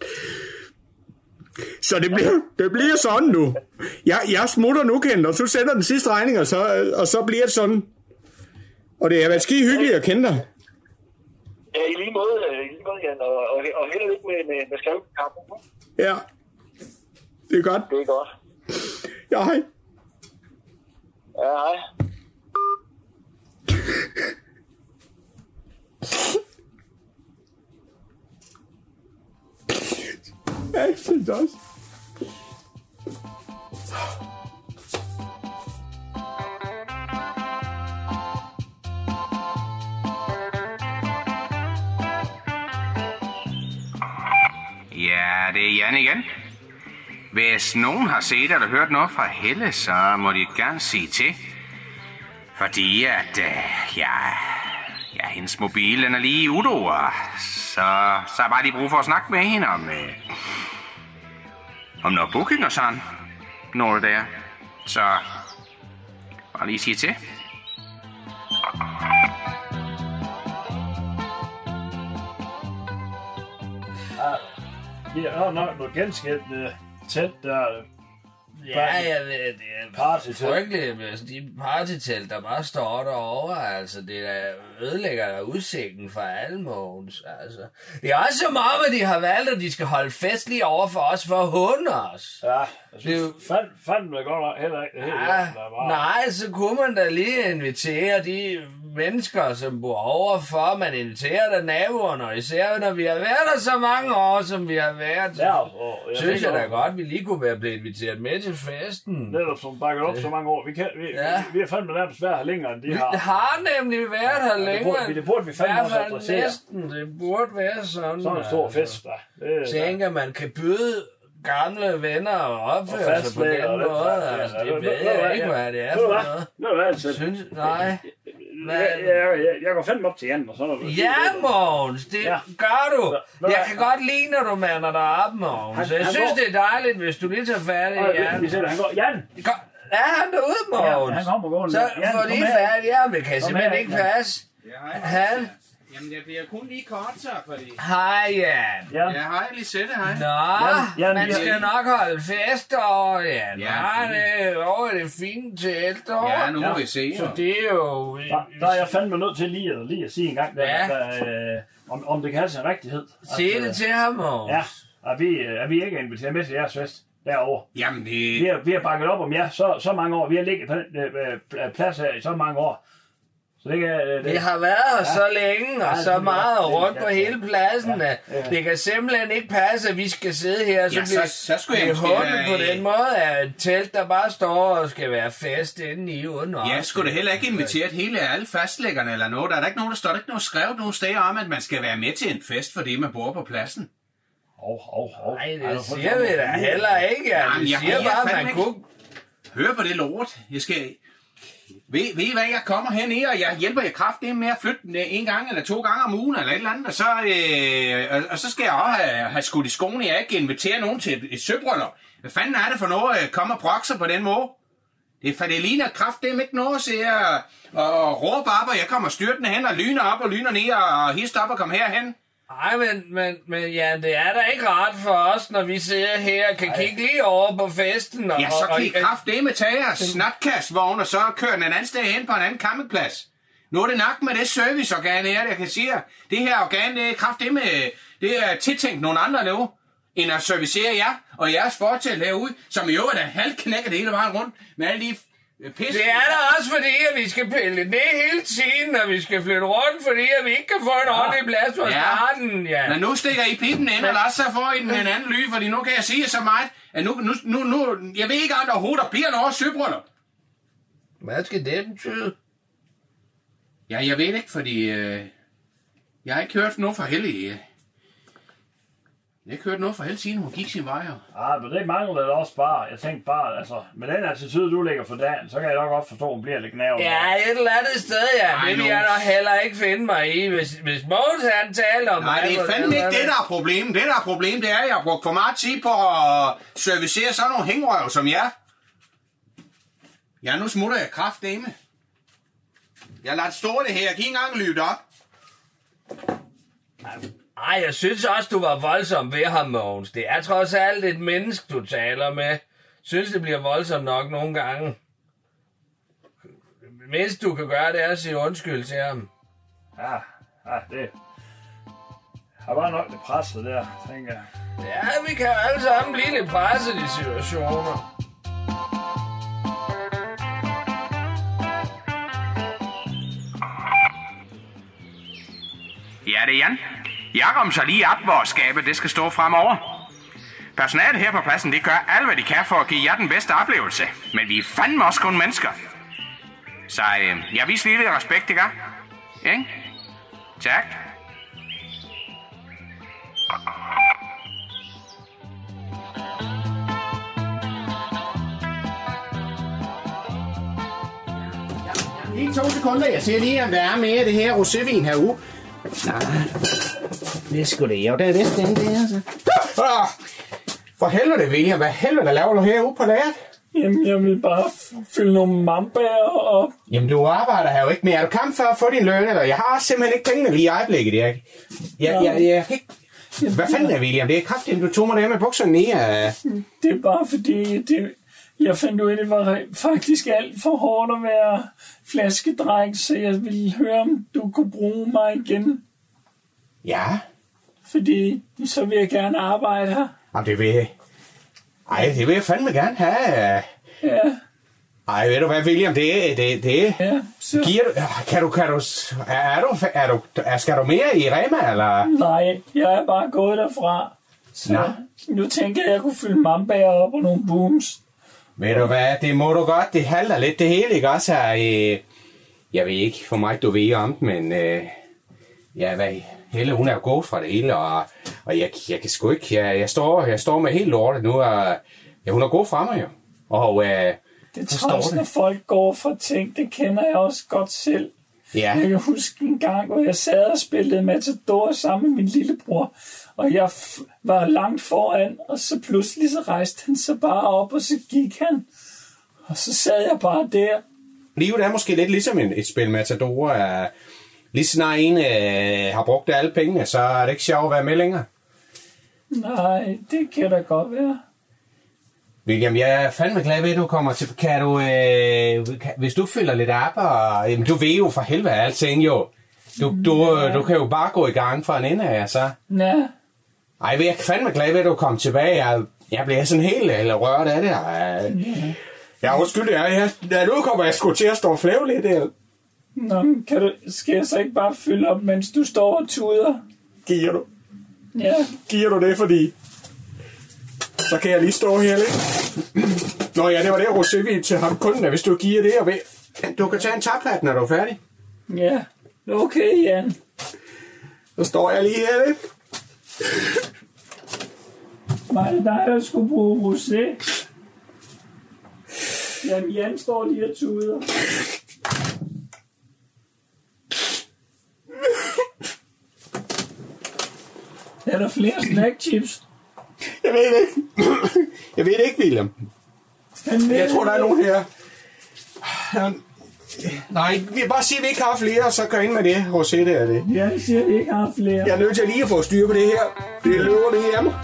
Så det bliver, det bliver sådan nu. Jeg, jeg smutter nu, Kent, og så sender den sidste regning, og så, og så bliver det sådan. Og det har været skide hyggeligt at kende dig. Ja, i lige måde, i lige måde Jan, og, og, og held og lykke med, med, med skrevkampen. Ja, det er godt. Det er godt. Ja, hej. Ja, hej. Ja, jeg synes også. Ja, det er Jan igen. Hvis nogen har set eller hørt noget fra Helle, så må de gerne sige til. Fordi at, øh, ja, ja, hendes mobil den er lige i udo, og så, så er bare lige brug for at snakke med hende om, øh, om noget booking og sådan. Noget der. Så bare lige sige til. Vi har nok noget ganske tæt der. Ja, jeg ved, det er partytelt. frygteligt med de partytelt, der bare står derovre, altså det der ødelægger der udsigten for Almogens, altså. Det er også som om, at de har valgt, at de skal holde fest lige over for os, for at hunde os. Ja, altså, det er jo... fandt, fandt man godt nok heller ikke det hele. Ja, bare... Nej, så kunne man da lige invitere de mennesker, som bor overfor. Man inviterer da naboerne, og især når vi har været der så mange år, som vi har været. Ja, og jeg synes jeg da godt, at vi lige kunne være blevet inviteret med til festen. Netop som bakket op så mange år. Vi, kan, vi, ja. vi, vi har fandme nærmest været her længere, end de vi har. Vi har nemlig været her ja, længere. Det burde, det burde vi fandme også adressere. Næsten, det burde være sådan. Sådan en stor altså. Fest, der. Det, tænker, man kan byde gamle venner og opføre sig på den måde. Altså, det ved jeg ikke, hvad det er for noget. Nå, hvad altså? Synes, nej. Jeg, jeg, jeg, jeg går fandme op til Jan og sådan noget. Ja, Mogens, det ja. gør du. Jeg kan godt lide, når du mander dig op, Mogens. Jeg synes, går... det er dejligt, hvis du lige tager fat i Jan. Vi sætter, han går. Jan! Er han derude, Mogens? Ja, han kommer gående. Så får lige fat i ham. Det kan simpelthen ikke passe. Han... Jamen, det bliver kun lige kort, så, fordi... Hej, Jan. Ja, ja hej, Lisette, hej. Nå, Jan, Jan, man skal Jan. nok holde fest over, Jan. Ja, nej, det er over det fine telt over. Ja, nu må ja. vi se. Så det er jo... Der, der er jeg fandme nødt til lige at, lige at sige en gang, der, ja. der, øh, om, om det kan have sin rigtighed. Sig det til ham, Mogens. Ja, er vi, er vi ikke inviteret med til jeres fest derovre? Jamen, det... Vi har, vi har bakket op om jer så, så mange år. Vi har ligget på den øh, plads her i så mange år. Så det kan, det, vi har været her ja. så længe, og ja, så meget og rundt på hele pladsen, ja, ja. det kan simpelthen ikke passe, at vi skal sidde her, så, ja, så, så skulle jeg måske være på den måde af et telt, der bare står og skal være fest inde i uden os. Ja, skulle det heller ikke inviteret hele alle fastlæggerne eller noget. Der er der ikke nogen, der står der ikke noget skrevet nogen steder om, at man skal være med til en fest, fordi man bor på pladsen. Hov, hov, hov. Nej, det altså, siger vi da heller ikke. Ja, vi siger bare, at man kunne... Hør på det lort. Jeg skal... Ved, ved I hvad, jeg kommer hernede, og jeg hjælper jer kraftigt med at flytte en gang eller to gange om ugen, eller et eller andet, og så, øh, og, og så skal jeg også have, have skudt i skoene, jeg ikke invitere nogen til et, et søbryllup. Hvad fanden er det for noget at komme og brokke sig på den måde? Det, for det ligner kraftigt ikke noget, så jeg og, og råber op, og jeg kommer styrtende hen, og lyner op og lyner ned, og hist op og kommer herhen. Nej, men, men, men ja, det er da ikke rart for os, når vi sidder her og kan Ej. kigge lige over på festen. Og, ja, så kan I kraftedeme tage jeres snatkastvogn, og så kører den en anden sted hen på en anden campingplads. Nu er det nok med det serviceorgan her, jeg kan sige. Det her organ, det er kraftigt med, det er tiltænkt nogle andre nu, end at servicere jer og jeres fortæl herude, som i øvrigt er halvknækket hele vejen rundt med alle de pisse. Det er da også fordi, at vi skal pille ned hele tiden, og vi skal flytte rundt, fordi at vi ikke kan få en ja. ordentlig plads for ja. starten. Ja. Men nu stikker I pipen ind, eller så får I den en anden ly, fordi nu kan jeg sige så meget, at nu, nu, nu, nu jeg ved ikke, om der overhovedet bliver noget søbryllup. Hvad skal det betyde? Ja, jeg ved ikke, fordi øh, jeg har ikke hørt noget fra Helle. Øh. Jeg har ikke hørt noget fra Helle, siden hun gik sin vej her. Ah, men det mangler det også bare. Jeg tænkte bare, altså, med den attitude, du lægger for dagen, så kan jeg nok godt forstå, at hun bliver lidt knævet. Ja, et eller andet sted, ja. Ej, det vil jeg da heller ikke finde mig i, hvis, hvis Mogens han taler om... Nej, det er fandme ikke det, der er problemet. Det, der er problemet, det er, at jeg har brugt for meget tid på at servicere sådan nogle hængrøv som jer. Ja, nu smutter jeg kraftedeme. Jeg har ladet stå det her. Jeg kan ikke engang lytte op. Ej, jeg synes også, du var voldsom ved ham, Mogens. Det er trods alt et menneske, du taler med. Synes, det bliver voldsomt nok nogle gange. Mindst du kan gøre, det er at sige undskyld til ham. Ja, ja, det... Jeg var nok lidt presset der, tænker jeg. Ja, vi kan alle sammen blive lidt presset i situationer. Ja, det er Jan. Jeg ramser lige op, hvor skabet det skal stå fremover. Personalet her på pladsen, det gør alt, hvad de kan for at give jer den bedste oplevelse. Men vi er fandme også kun mennesker. Så øh, jeg viser lige lidt respekt, ikke? Ikke? Tak. Lige to sekunder, jeg ser lige, om der er mere af det her rosévin herude. Nej, det er sgu det. Jo, det er vist den der, så. Ah, for helvede, William. Hvad helvede, der laver du herude på lageret? Jamen, jeg vil bare fylde nogle mambaer op. Jamen, du arbejder her jo ikke mere. Er du kamp for at få din løn, eller? Jeg har simpelthen ikke pengene lige i øjeblikket, jeg. Jeg, jeg, jeg, jeg kan ikke... Hvad fanden er, William? Det er kraftigt, du tog mig der med bukserne ned. Det er bare fordi, det... Jeg fandt ud af, at det var faktisk alt for hårdt at være flaskedreng, så jeg ville høre, om du kunne bruge mig igen. Ja. Fordi så vil jeg gerne arbejde her. Jamen, det vil jeg. Ej, det vil jeg fandme gerne have. Ja. Ej, ved du hvad, William, det det det. Ja, så. Giver du, kan du, kan du, er du, er du, er, skal du mere i Rema, eller? Nej, jeg er bare gået derfra. Så Nå. Nu tænker jeg, at jeg kunne fylde mambager op og nogle booms. Ved du hvad, det må du godt, det halter lidt det hele, ikke også her? Øh, jeg ved ikke, for mig du ved om det, men øh, ja, hvad, Helle, hun er jo gået fra det hele, og, og jeg, jeg kan sgu ikke, jeg, jeg, står, jeg står med helt lortet nu, og ja, hun er gået fra mig jo. Og, øh, det træls, når folk går fra ting, det kender jeg også godt selv. Ja. Jeg kan huske en gang, hvor jeg sad og spillede Matador sammen med min lillebror, og jeg f- var langt foran, og så pludselig så rejste han sig bare op, og så gik han. Og så sad jeg bare der. Livet er måske lidt ligesom et, et spil Matador. Uh, lige snart en uh, har brugt alle pengene, så er det ikke sjovt at være med længere. Nej, det kan da godt være. William, jeg er fandme glad ved, at du kommer til. Kan du, øh, kan, hvis du fylder lidt op, og jamen, du ved jo for helvede alting jo. Du, du, ja. du kan jo bare gå i gang fra en ende af, så. Ja. Ej, jeg er fandme glad ved, at du kommer tilbage. Jeg, jeg bliver sådan helt eller rørt af det. Ja. Ja, undskyld, jeg, jeg, jeg, nu kommer jeg sgu til at stå og flæve lidt. Der. Nå, kan du, skal jeg så ikke bare fylde op, mens du står og tuder? Giver du? Ja. Giver du det, fordi... Så kan jeg lige stå her lidt. Nå ja, det var det rosévin til ham kunden, hvis du giver det. Og ved. Du kan tage en taphat, når du er færdig. Ja, okay, Jan. Så står jeg lige her lidt. Var det dig, der skulle bruge rosé? Jamen, Jan står lige og tuder. Er der flere snackchips? Jeg ved det ikke. Jeg ved det ikke, William. Jeg tror, der er nogen her. Nej, vi kan bare sige, at vi ikke har flere, og så går ind med det. Rosé, det er det. Ja, jeg siger, at vi ikke har flere. Jeg er nødt til lige at få styr på det her. Det løber det hjemme.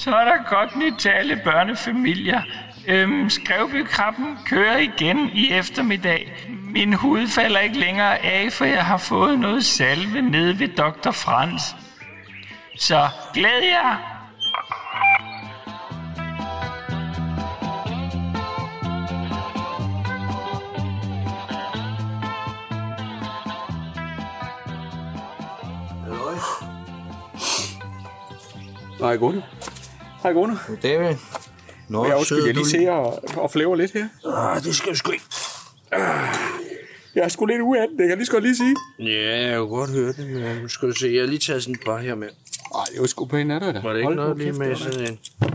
Så er der godt nyt til alle børnefamilier. Øhm, Skrevbykrabben kører igen i eftermiddag. Min hud falder ikke længere af, for jeg har fået noget salve nede ved doktor Frans. Så glæd jer! Hej Gunnar. Hej Gunnar. David. Nå, jeg skulle jeg lige se og, og flæver lidt her. Ah, det skal jeg sgu ikke. Ah, jeg er sgu lidt ude af den, det kan jeg lige så godt lige sige. Ja, jeg kunne godt høre det, men nu skal du se. Jeg har lige taget sådan et par her med. Ej, det var sgu pænt af dig da. Var det ikke Hold noget på, lige kæft, med det var sådan en?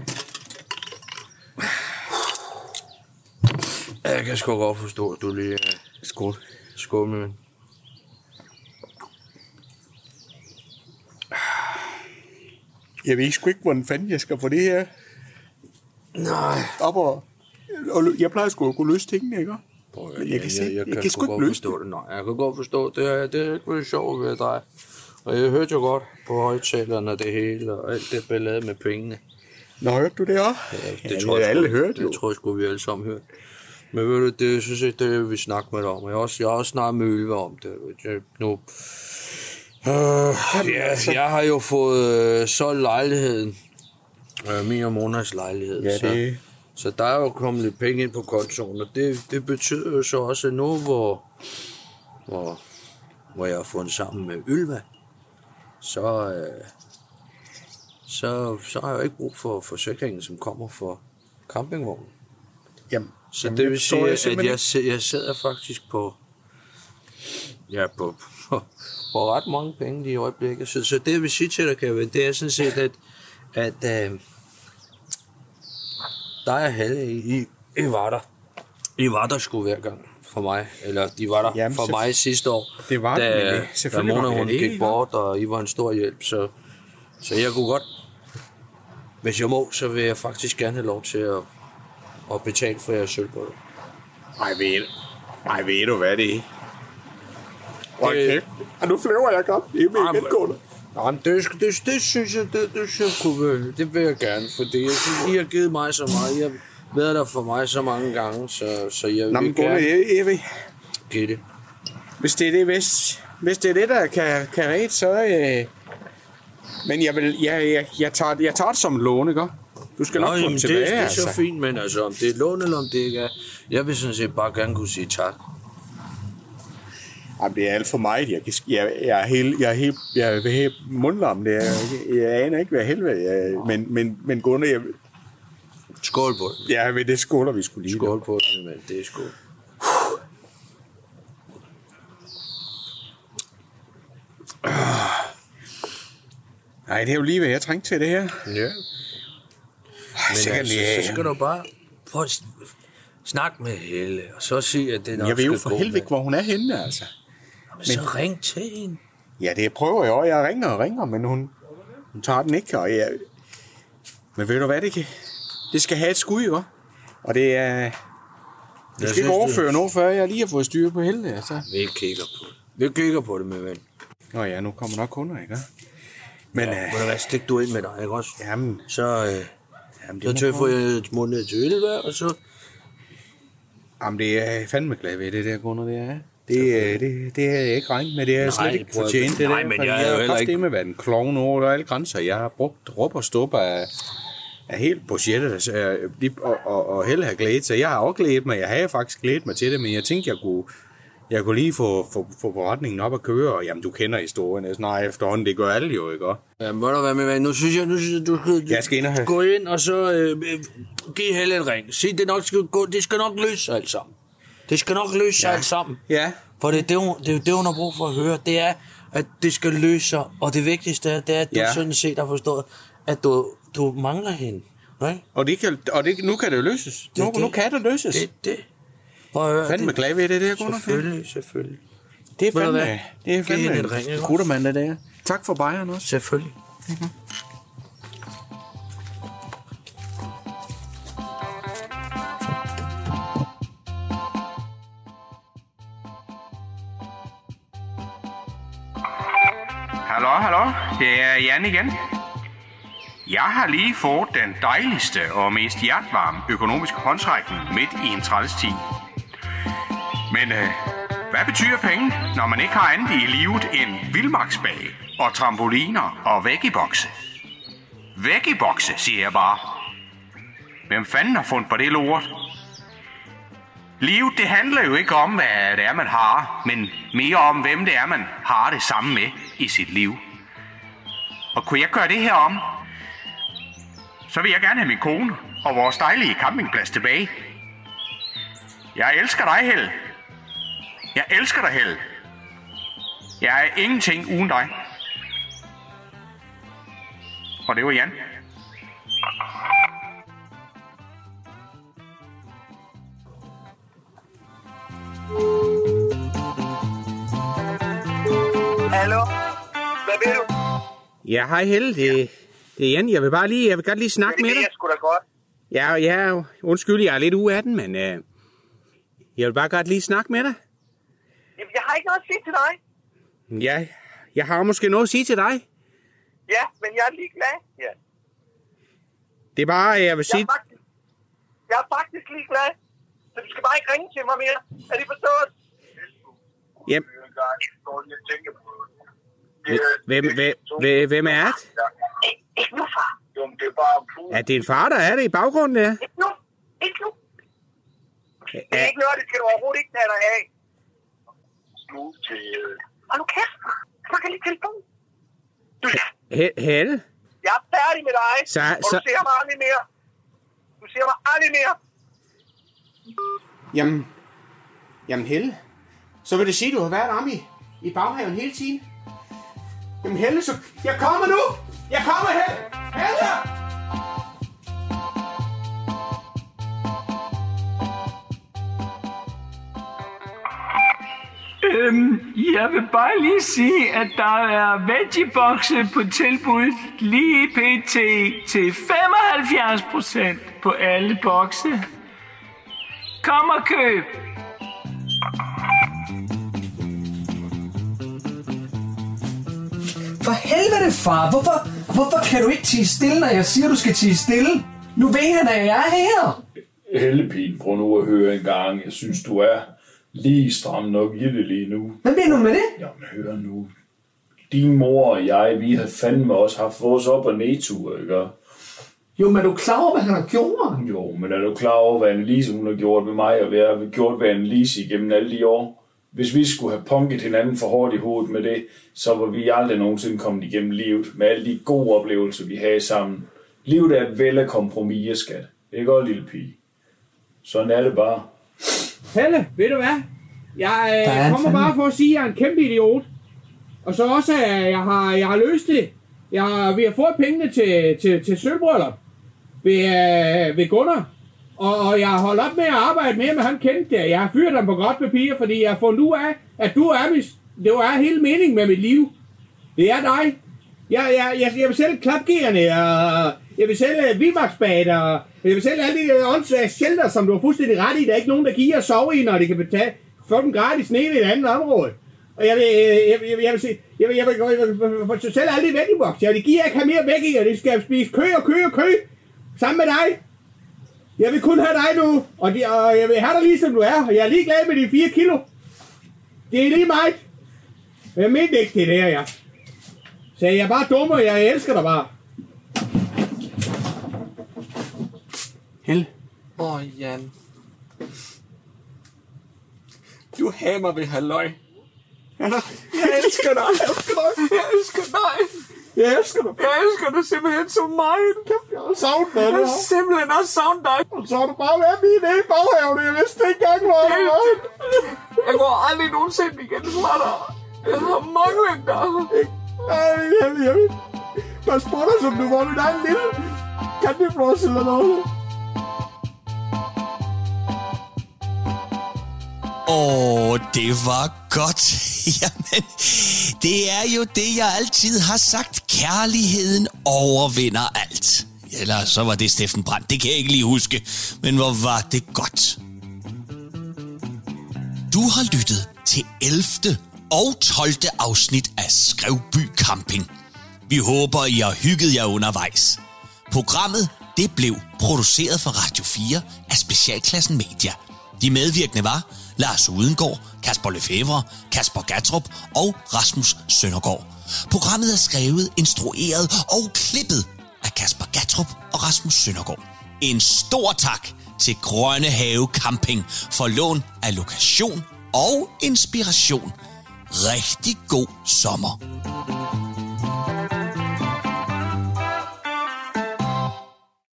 Jeg kan sgu godt forstå, at du lige... Uh... Skål. Skål, min ven. Jeg ved sgu ikke, hvordan fanden jeg skal få det her. Nej. Op og... og jeg plejer sgu at kunne løse tingene, ikke? Prøv, Men jeg kan se, jeg, jeg, jeg, jeg kan kan sgu ikke løse det. det. Nej, jeg kan godt forstå det. Er, det er ikke været sjovt ved dig. Og jeg hørte jo godt på højtalerne og det hele, og alt det ballade med pengene. Nå, hørte du det også? Ja, det ja, tror jeg, alle sgu, hørte jo. Det tror jeg sgu, vi alle sammen hørte. Men ved du, det synes jeg, det vil vi snakke med dig om. Jeg har også, jeg har også snart med Ylva om det. Jeg, nu, øh, ja, jeg har jo fået øh, solgt lejligheden. Øh, min og Monas lejlighed. Ja, det... Så, så der er jo kommet lidt penge ind på kontoen, og det, det betyder jo så også, at nu hvor, hvor, hvor jeg har fundet sammen med Ylva, så, øh, så, så har jeg jo ikke brug for forsikringen, som kommer for campingvognen. Jamen, så jamen, det vil sige, jeg at jeg, jeg, jeg sidder faktisk på, ja, på, på, på ret mange penge lige i øjeblikket. Så, så det jeg vil sige til dig, Kevin, det er sådan set, at, at øh, der er Halle i, I, I var der. I var der sgu hver gang for mig. Eller de var der Jamen, for mig sidste år. Det var da, det, men selvfølgelig da Mona, var hun det, gik ikke? bort, og I var en stor hjælp. Så, så jeg kunne godt, hvis jeg må, så vil jeg faktisk gerne have lov til at, at betale for jeres sølvbrød. Ej, ved, ej, ved du hvad det er? Okay. Og nu flyver jeg godt. Det er mega gengående. Jamen, det, det, det, synes jeg, det, det synes jeg kunne, det vil jeg gerne, fordi jeg synes, I har givet mig så meget. I har været der for mig så mange gange, så, så jeg vil Nå, gerne jeg, jeg ved. give det. Hvis det er det, hvis, hvis det er det, der kan, kan rede, så... Øh, men jeg, vil, jeg, jeg, jeg, tager, jeg tager det som en lån, ikke? Du skal Nå, nok få jamen, den tilbage, det, det er altså. så fint, men altså, om det er et lån, eller om det ikke er... Jeg vil sådan set bare gerne kunne sige tak. Jamen, det er alt for meget. Jeg, jeg, jeg er helt, jeg er helt, jeg er helt mundlam. Det er, jeg, jeg aner ikke, hvad helvede jeg, men, men, men Gunnar, jeg... Skål på det. Ja, men det skåler vi skulle lige. Skål på det, men det er skål. Nej, det er jo lige, hvad jeg trængte til det her. Ja. Ej, Men så, altså, ja. så skal du bare prøve at snakke med Helle, og så sige, at det nok Jeg ved jo skal for gå helvede, med. hvor hun er henne, altså. Men så ring til hende. Ja, det prøver jeg også. Jeg ringer og ringer, men hun, hun tager den ikke. Og jeg... Men ved du hvad, det kan? Det skal have et skud, jo. Og det er... Du skal ikke overføre noget, før jeg lige har fået styr på Helle, altså. Vi kigger på det. Vi kigger på det, med ven. Nå ja, nu kommer nok kunder, ikke? Men... Ja, øh, må du være stik du ind med dig, ikke også? Jamen... Så, øh, jamen, så tøffer jeg et små ned til Ylva, og så... Jamen, det er fandme glad ved, det der kunder, det er. Det, øh, det, det har jeg ikke regnet med. Det har jeg slet ikke fortjent, det nej, der. men fordi jeg er jeg jo har heller haft ikke- det med at være en klovn over alle grænser. Jeg har brugt råb og stop af, af helt budgettet, altså, jeg- lige- og, og, og Helle har glædet sig. Jeg har også glædet mig. Jeg havde faktisk glædet mig til det, men jeg tænkte, jeg kunne, jeg kunne lige få, få, få forretningen op at køre. Og jamen, du kender historien. Altså, nej, efterhånden, det gør alle jo, ikke? Jamen, må du være med, ven? Nu synes jeg, nu synes jeg, du skal, Jeg skal ind og have... gå ind, og så øh, øh, give Helle en ring. Sig, det nok skal gå, det skal nok løse sig alt sammen. Det skal nok løse sig Ja. alt sammen. Ja. For det er det, hun, det, er det, hun har brug for at høre. Det er, at det skal løse sig. Og det vigtigste er, det er at du Ja. sådan set har forstået, at du, du mangler hende. Nej? Og, det kan, og det, nu kan det jo løses. Nu, Det- nu kan det løses. Det det. Prøv at høre. Fandme glad ved det der, Gunnar. Selvfølgelig, selvfølgelig. Det er Ved du fandme, hvad? det er Giv hende fandme en ring, ikke? guttermand, det der. Tak for bajeren også. Selvfølgelig. Hallo, hallo. Det er Jan igen. Jeg har lige fået den dejligste og mest hjertvarme økonomiske håndsrækning midt i en træls tid. Men øh, hvad betyder penge, når man ikke har andet i livet end vildmarksbage og trampoliner og væggibokse? Væggibokse, siger jeg bare. Hvem fanden har fundet på det lort? Livet, det handler jo ikke om, hvad det er, man har, men mere om, hvem det er, man har det samme med i sit liv. Og kunne jeg gøre det her om, så vil jeg gerne have min kone og vores dejlige campingplads tilbage. Jeg elsker dig, Helle. Jeg elsker dig, Helle. Jeg er ingenting uden dig. Og det var Jan. Hallo? Hvad vil du? Ja, hej Helle. Det, det er Jan. Jeg vil bare lige, jeg vil godt lige snakke med dig. Det er sgu da godt. Ja, ja, undskyld, jeg er lidt ude af den, men øh, jeg vil bare godt lige snakke med dig. Jamen, jeg har ikke noget at sige til dig. Ja, jeg har måske noget at sige til dig. Ja, men jeg er ligeglad. Ja. Det er bare, jeg vil sige... Jeg er faktisk, jeg er faktisk ligeglad. Så du skal bare ikke ringe til mig mere. Er det forstået? Jamen. Hvem, hvem, hvem, hvem er det? Ikke nu, far. Er det en far, der er det i baggrunden, ja? Ikke nu. Ikke nu. Det er ikke noget, det skal du overhovedet ikke tage dig af. Hold nu kæft. Så kan lige telefon. Helle? Jeg er færdig med dig. Så, og du så... ser mig aldrig mere. Du ser mig aldrig mere. Jamen, jamen Helle, så vil det sige, at du har været om i, i baghaven hele tiden. Jamen Helle, så... Jeg kommer nu! Jeg kommer, Helle! Helle! Øhm, jeg vil bare lige sige, at der er veggiebokse på tilbud lige pt. til femoghalvfjerds procent på alle bokse. Kom og køb! For helvede, far. Hvorfor, hvorfor kan du ikke tie stille, når jeg siger, du skal tie stille? Nu ved han, at jeg er her. Hellepin, prøv nu at høre en gang. Jeg synes, du er lige stram nok i det lige nu. Hvad mener du med det? Jamen, hør nu. Din mor og jeg, vi har fandme også haft vores op- og nedtur, ikke? Jo, men er du klar over, hvad han har gjort? Jo, men er du klar over, hvad Annelise hun har gjort ved mig, og hvad jeg har gjort ved Annelise igennem alle de år? Hvis vi skulle have punket hinanden for hårdt i hovedet med det, så var vi aldrig nogensinde kommet igennem livet med alle de gode oplevelser, vi havde sammen. Livet er et væld af kompromiser, skat. Ikke også, lille pige? Sådan er det bare. Helle, ved du hvad? Jeg øh, kommer bare for at sige, at jeg er en kæmpe idiot. Og så også, at jeg har, jeg har løst det. Jeg har, vi har fået pengene til, til, til sølvbryllup ved, øh, ved Gunnar. Og, og jeg har holdt op med at arbejde mere med ham kendte der. Jeg har fyret ham på godt papir, fordi jeg har fundet ud af, at du er, mis, det er hele meningen med mit liv. Det er dig. Jeg, jeg, jeg, jeg vil sælge klapgerne, og jeg vil sælge vildmarksbad, og jeg vil sælge alle de åndssvage shelter, som du har fuldstændig ret i. Der er ikke nogen, der giver at sove i, når de kan betale for dem gratis nede i et andet område. Og jeg vil, jeg, jeg, jeg vil sige, jeg vil, jeg vil, jeg vil, jeg vil, jeg vil sælge alle de væggieboks. Jeg vil give, jeg ikke have mere væk i, og det skal spise kø og kø og kø sammen med dig. Jeg vil kun have dig nu, og, de, og jeg vil have dig lige som du er, og jeg er ligeglad med de fire kilo. Det er lige meget. Jeg mente ikke det der, ja. Så jeg er bare dum, og jeg elsker dig bare. Helle. Åh, oh, Jan. Du hamer ved halløj. Jeg elsker dig. Jeg elsker dig. Jeg elsker dig. Jeg elsker dig. Jeg elsker dig simpelthen så meget. Jeg har savnet dig. Jeg har simpelthen også savnet dig. Og så har du bare været med i det i baghaven. Jeg vidste ikke engang, hvor du var. Jeg går aldrig nogensinde igen fra dig. Jeg har manglet dig. Ej, jeg vil bare spørge dig, som du var min egen lille kandifloss eller noget. Åh, det var godt. Jamen, det er jo det, jeg altid har sagt. Kærligheden overvinder alt. Eller så var det Steffen Brandt. Det kan jeg ikke lige huske. Men hvor var det godt. Du har lyttet til ellevte og tolvte afsnit af Skrevby Camping. Vi håber, I har hygget jer undervejs. Programmet det blev produceret for Radio fire af Specialklassen Media. De medvirkende var Lars Udengård, Kasper Lefevre, Kasper Gattrup og Rasmus Søndergaard. Programmet er skrevet, instrueret og klippet af Kasper Gattrup og Rasmus Søndergaard. En stor tak til Grønne Have Camping for lån af lokation og inspiration. Rigtig god sommer.